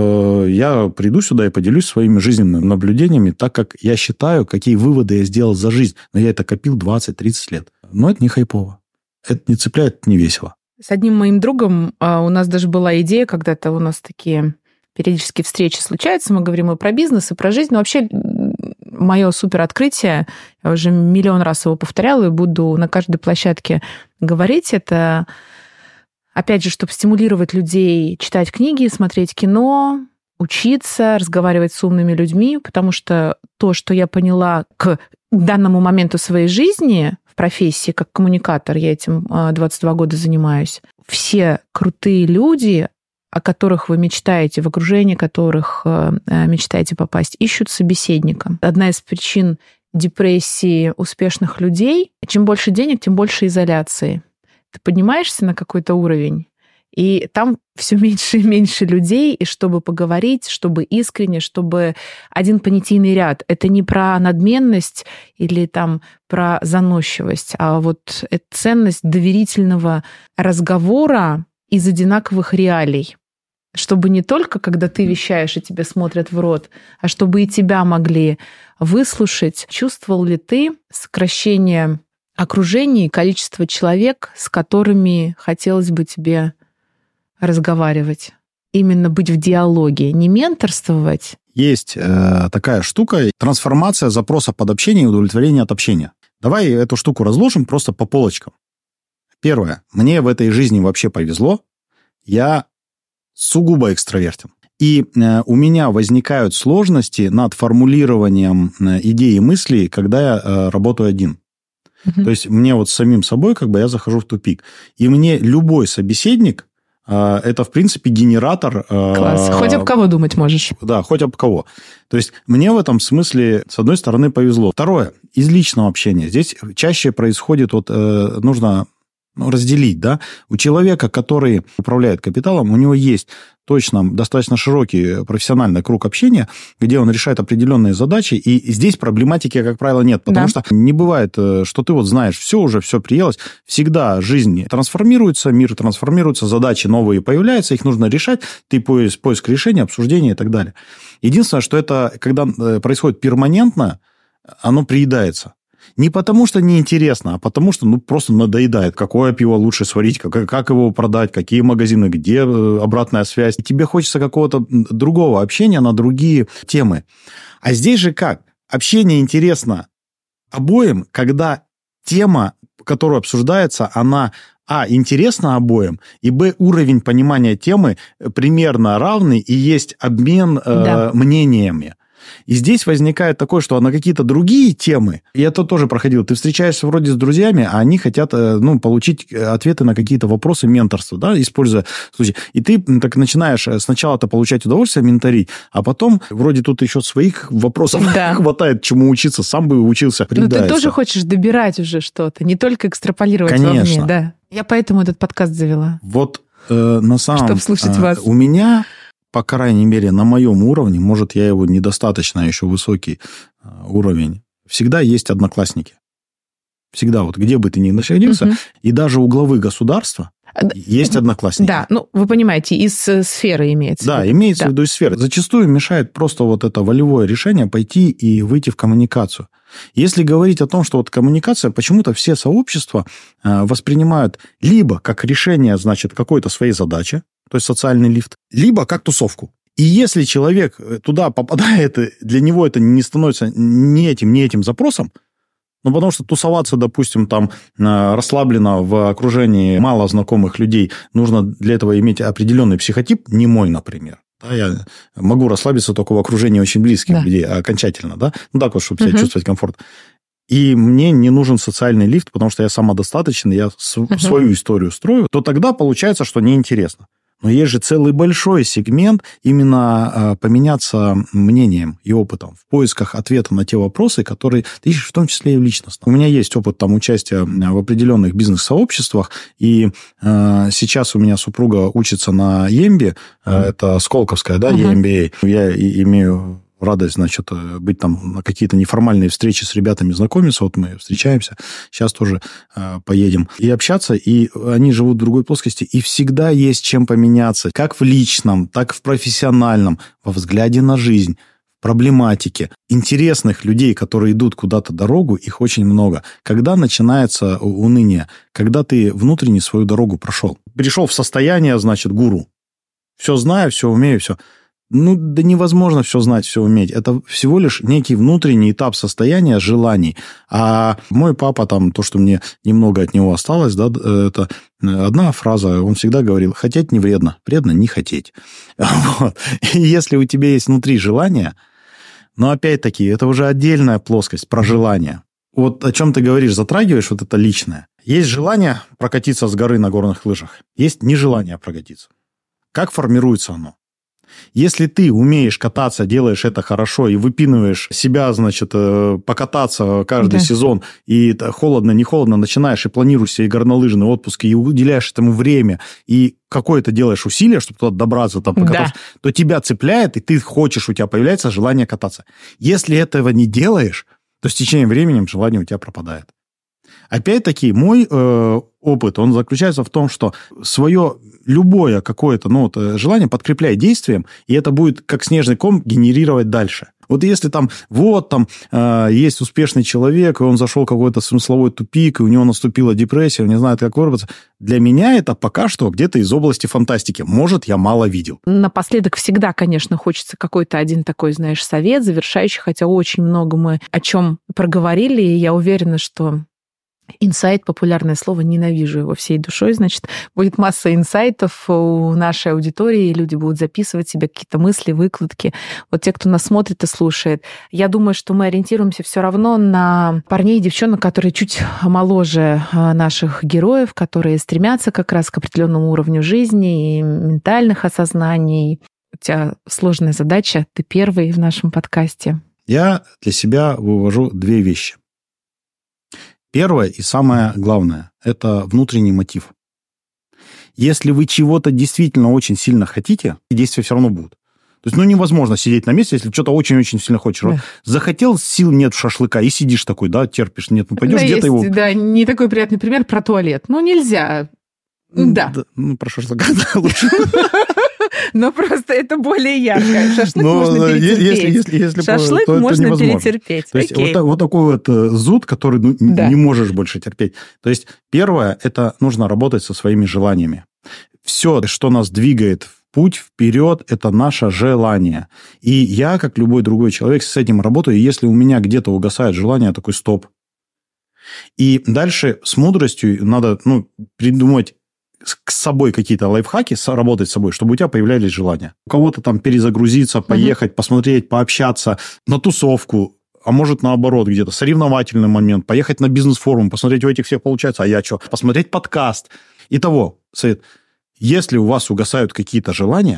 S1: я приду сюда и поделюсь своими жизненными наблюдениями, так как я считаю, какие выводы я сделал за жизнь. Но я это копил 20-30 лет. Но это не хайпово. Это не цепляет, это не весело.
S2: С одним моим другом у нас даже была идея, когда-то у нас такие периодически встречи случаются, мы говорим и про бизнес, и про жизнь. Но вообще мое супероткрытие, я уже миллион раз его повторяла и буду на каждой площадке говорить, это... Опять же, чтобы стимулировать людей читать книги, смотреть кино, учиться, разговаривать с умными людьми, потому что то, что я поняла к данному моменту своей жизни в профессии как коммуникатор, я этим 22 года занимаюсь, все крутые люди, о которых вы мечтаете, в окружении которых мечтаете попасть, ищут собеседника. Одна из причин депрессии успешных людей – чем больше денег, тем больше изоляции. Ты поднимаешься на какой-то уровень, и там все меньше и меньше людей, и чтобы поговорить, чтобы искренне, чтобы один понятийный ряд. Это не про надменность или про заносчивость, а это ценность доверительного разговора из одинаковых реалий. Чтобы не только, когда ты вещаешь, и тебе смотрят в рот, а чтобы и тебя могли выслушать. Чувствовал ли ты сокращение окружение и количество человек, с которыми хотелось бы тебе разговаривать? Именно быть в диалоге, не менторствовать.
S1: Есть такая штука – трансформация запроса под общение и удовлетворение от общения. Давай эту штуку разложим просто по полочкам. Первое. Мне в этой жизни вообще повезло. Я сугубо экстравертен. И у меня возникают сложности над формулированием идей и мыслей, когда я работаю один. То есть мне с самим собой я захожу в тупик. И мне любой собеседник это, в принципе, генератор...
S2: Класс. Хоть об кого думать можешь.
S1: Да, хоть об кого. То есть мне в этом смысле, с одной стороны, повезло. Второе, из личного общения. Здесь чаще происходит, нужно разделить, да. У человека, который управляет капиталом, у него есть точно достаточно широкий профессиональный круг общения, где он решает определенные задачи, и здесь проблематики, как правило, нет, потому что не бывает, что ты вот знаешь все уже, все приелось, всегда жизнь трансформируется, мир трансформируется, задачи новые появляются, их нужно решать, ты поиск решения, обсуждения и так далее. Единственное, что это, когда происходит перманентно, оно приедается. Не потому, что неинтересно, а потому, что просто надоедает. Какое пиво лучше сварить, как его продать, какие магазины, где обратная связь. И тебе хочется какого-то другого общения на другие темы. А здесь же как? Общение интересно обоим, когда тема, которая обсуждается, она интересна обоим, и уровень понимания темы примерно равный, и есть обмен мнениями. И здесь возникает такое, что на какие-то другие темы, и это тоже проходило, ты встречаешься вроде с друзьями, а они хотят получить ответы на какие-то вопросы менторства, да, используя случай. И ты так начинаешь сначала-то получать удовольствие, менторить, а потом вроде тут еще своих вопросов хватает, чему учиться, сам бы учился.
S2: Но ты тоже хочешь добирать уже что-то, не только экстраполировать вовне. Да. Я поэтому этот подкаст завела.
S1: Вот на самом...
S2: Чтобы слушать вас.
S1: У меня... По крайней мере, на моем уровне, может, я его недостаточно еще высокий уровень, всегда есть одноклассники. Всегда, вот где бы ты ни находился, и даже у главы государства есть одноклассники.
S2: Да, вы понимаете, из сферы имеется.
S1: Да, имеется в виду из сферы. Зачастую мешает просто вот это волевое решение пойти и выйти в коммуникацию. Если говорить о том, что вот коммуникация, почему-то все сообщества воспринимают либо как решение, значит, какой-то своей задачи, то есть социальный лифт, либо как тусовку. И если человек туда попадает, для него это не становится ни этим запросом, потому что тусоваться, допустим, там расслабленно в окружении мало знакомых людей, нужно для этого иметь определенный психотип, не мой, например. Да, я могу расслабиться только в окружении очень близких людей, окончательно, да, так вот, чтобы себя чувствовать комфортно. И мне не нужен социальный лифт, потому что я самодостаточный, я свою историю строю, то тогда получается, что неинтересно. Но есть же целый большой сегмент именно поменяться мнением и опытом в поисках ответа на те вопросы, которые ты ищешь, в том числе и в личностном. У меня есть опыт участия в определенных бизнес-сообществах, и сейчас у меня супруга учится на EMBA, это Сколковская, да, EMBA. Я имею радость, значит, быть там на какие-то неформальные встречи с ребятами, знакомиться. Вот мы встречаемся, сейчас тоже поедем. И общаться, и они живут в другой плоскости, и всегда есть чем поменяться. Как в личном, так и в профессиональном, во взгляде на жизнь, в проблематике. Интересных людей, которые идут куда-то дорогу, их очень много. Когда начинается уныние? Когда ты внутренне свою дорогу прошел. Перешел в состояние, значит, гуру. Все знаю, все умею, все... да невозможно все знать, все уметь. Это всего лишь некий внутренний этап состояния желаний. А мой папа, то, что мне немного от него осталось, да, это одна фраза, он всегда говорил: хотеть не вредно, вредно не хотеть. Вот. И если у тебя есть внутри желание, но опять-таки, это уже отдельная плоскость про желание. Вот о чем ты говоришь, затрагиваешь вот это личное. Есть желание прокатиться с горы на горных лыжах, есть нежелание прокатиться. Как формируется оно? Если ты умеешь кататься, делаешь это хорошо и выпинываешь себя, значит, покататься каждый сезон, и холодно, не холодно, начинаешь и планируешь себе горнолыжный отпуск, и уделяешь этому время, и какое-то делаешь усилие, чтобы туда добраться, покататься, то тебя цепляет, и ты хочешь, у тебя появляется желание кататься. Если этого не делаешь, то с течением времени желание у тебя пропадает. Опять-таки, мой опыт, он заключается в том, что свое любое какое-то желание подкрепляй действием, и это будет как снежный ком генерировать дальше. Вот если есть успешный человек, и он зашел в какой-то смысловой тупик, и у него наступила депрессия, он не знает, как вырваться, для меня это пока что где-то из области фантастики. Может, я мало видел.
S2: Напоследок всегда, конечно, хочется какой-то один такой, совет завершающий, хотя очень много мы о чем проговорили, и я уверена, что инсайт, популярное слово, ненавижу его всей душой, значит, будет масса инсайтов у нашей аудитории, люди будут записывать себе какие-то мысли, выкладки. Вот те, кто нас смотрит и слушает. Я думаю, что мы ориентируемся все равно на парней и девчонок, которые чуть моложе наших героев, которые стремятся как раз к определенному уровню жизни и ментальных осознаний. У тебя сложная задача, ты первый в нашем подкасте.
S1: Я для себя вывожу две вещи. Первое и самое главное – это внутренний мотив. Если вы чего-то действительно очень сильно хотите, действия все равно будут. То есть, невозможно сидеть на месте, если что-то очень-очень сильно хочешь. Да. Захотел, сил нет в шашлыка, и сидишь такой, да, терпишь. Нет, пойдешь где-то его...
S2: Да, не такой приятный пример про туалет. Нельзя. Да.
S1: Про шашлык лучше.
S2: Но просто это более ярко. Шашлык можно перетерпеть.
S1: Если
S2: шашлык можно перетерпеть.
S1: То есть вот такой вот зуд, который не можешь больше терпеть. То есть первое, это нужно работать со своими желаниями. Все, что нас двигает в путь вперед, это наше желание. И я, как любой другой человек, с этим работаю. И если у меня где-то угасает желание, я такой, стоп. И дальше с мудростью надо придумать с собой какие-то лайфхаки, работать с собой, чтобы у тебя появлялись желания. У кого-то там перезагрузиться, поехать, посмотреть, пообщаться, на тусовку, а может, наоборот, где-то соревновательный момент, поехать на бизнес-форум, посмотреть, у этих всех получается, а я что? Посмотреть подкаст. Итого, совет. Если у вас угасают какие-то желания,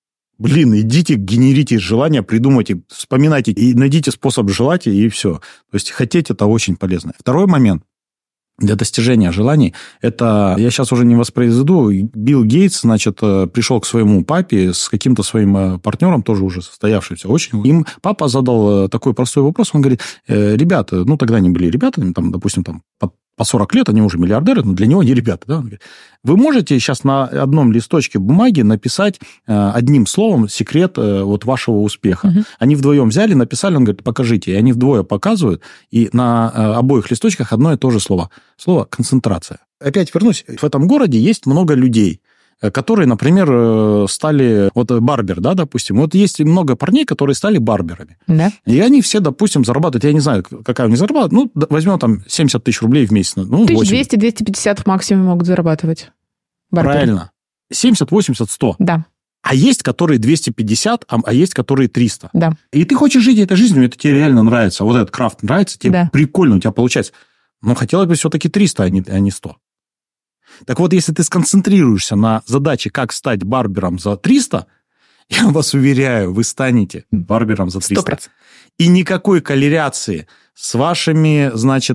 S1: идите, генерите желания, придумайте, вспоминайте и найдите способ желать, и все. То есть, хотеть это очень полезно. Второй момент для достижения желаний, это, я сейчас уже не воспроизведу, Билл Гейтс, пришел к своему папе с каким-то своим партнером, тоже уже состоявшимся очень. Им папа задал такой простой вопрос, он говорит, ребята, тогда они были ребятами, допустим, по 40 лет, они уже миллиардеры, но для него не ребята. Да? Он говорит, вы можете сейчас на одном листочке бумаги написать одним словом секрет вашего успеха? Угу. Они вдвоем взяли, написали, он говорит, покажите. И они вдвое показывают, и на обоих листочках одно и то же слово. Слово «концентрация». Опять вернусь. В этом городе есть много людей, которые, например, стали... барбер, да, допустим. Есть много парней, которые стали барберами. Да. И они все, допустим, зарабатывают, я не знаю, какая у них зарплата, возьмем 70 тысяч рублей в месяц.
S2: 1200-250 максимум могут зарабатывать барберы.
S1: Правильно. 70, 80, 100.
S2: Да.
S1: А есть, которые 250, а есть, которые 300.
S2: Да.
S1: И ты хочешь жить этой жизнью, это тебе реально нравится. Вот этот крафт нравится, тебе прикольно, у тебя получается. Но хотелось бы все-таки 300, а не 100. Так вот, если ты сконцентрируешься на задаче, как стать барбером за 300, я вас уверяю, вы станете барбером за 300. 100%. И никакой корреляции с вашими,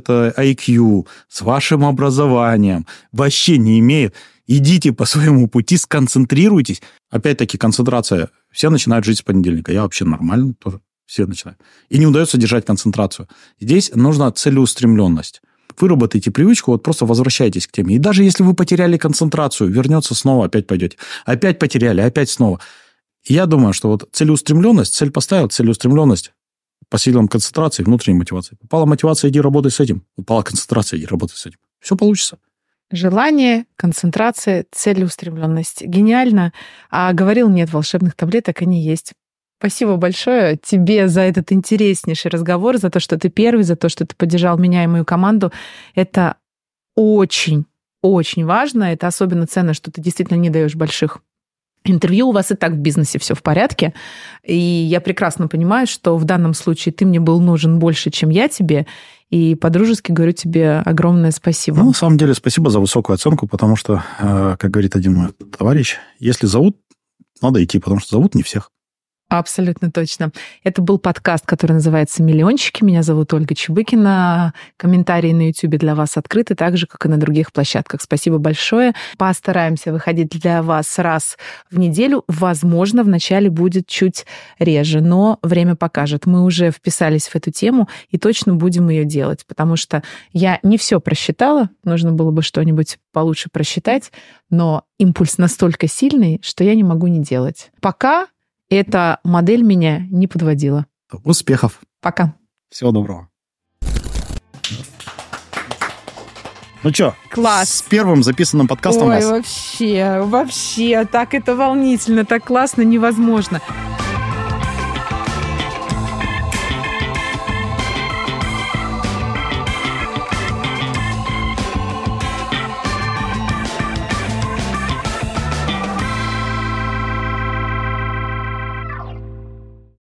S1: IQ, с вашим образованием вообще не имеет. Идите по своему пути, сконцентрируйтесь. Опять-таки, концентрация. Все начинают жить с понедельника. Я вообще нормально тоже. Все начинают. И не удается держать концентрацию. Здесь нужна целеустремленность. Выработайте привычку, просто возвращайтесь к теме. И даже если вы потеряли концентрацию, вернется снова, опять пойдете. Опять потеряли, опять снова. И я думаю, что целеустремленность, цель поставил, целеустремленность по силам концентрации, внутренней мотивации. Упала мотивация, иди работай с этим. Упала концентрация, иди работай с этим. Все получится.
S2: Желание, концентрация, целеустремленность. Гениально. А говорил, нет волшебных таблеток, они есть. Спасибо большое тебе за этот интереснейший разговор, за то, что ты первый, за то, что ты поддержал меня и мою команду. Это очень, очень важно. Это особенно ценно, что ты действительно не даешь больших интервью. У вас и так в бизнесе все в порядке. И я прекрасно понимаю, что в данном случае ты мне был нужен больше, чем я тебе. И по-дружески говорю тебе огромное спасибо.
S1: На самом деле, спасибо за высокую оценку, потому что, как говорит один мой товарищ, если зовут, надо идти, потому что зовут не всех.
S2: Абсолютно точно. Это был подкаст, который называется «Миллиончики». Меня зовут Ольга Чебыкина. Комментарии на YouTube для вас открыты, так же, как и на других площадках. Спасибо большое. Постараемся выходить для вас раз в неделю. Возможно, вначале будет чуть реже, но время покажет. Мы уже вписались в эту тему и точно будем ее делать, потому что я не все просчитала. Нужно было бы что-нибудь получше просчитать, но импульс настолько сильный, что я не могу не делать. Пока эта модель меня не подводила.
S1: Успехов.
S2: Пока.
S1: Всего доброго. Ну что,
S2: класс.
S1: С первым записанным подкастом
S2: Ой, вообще, так это волнительно, так классно, невозможно.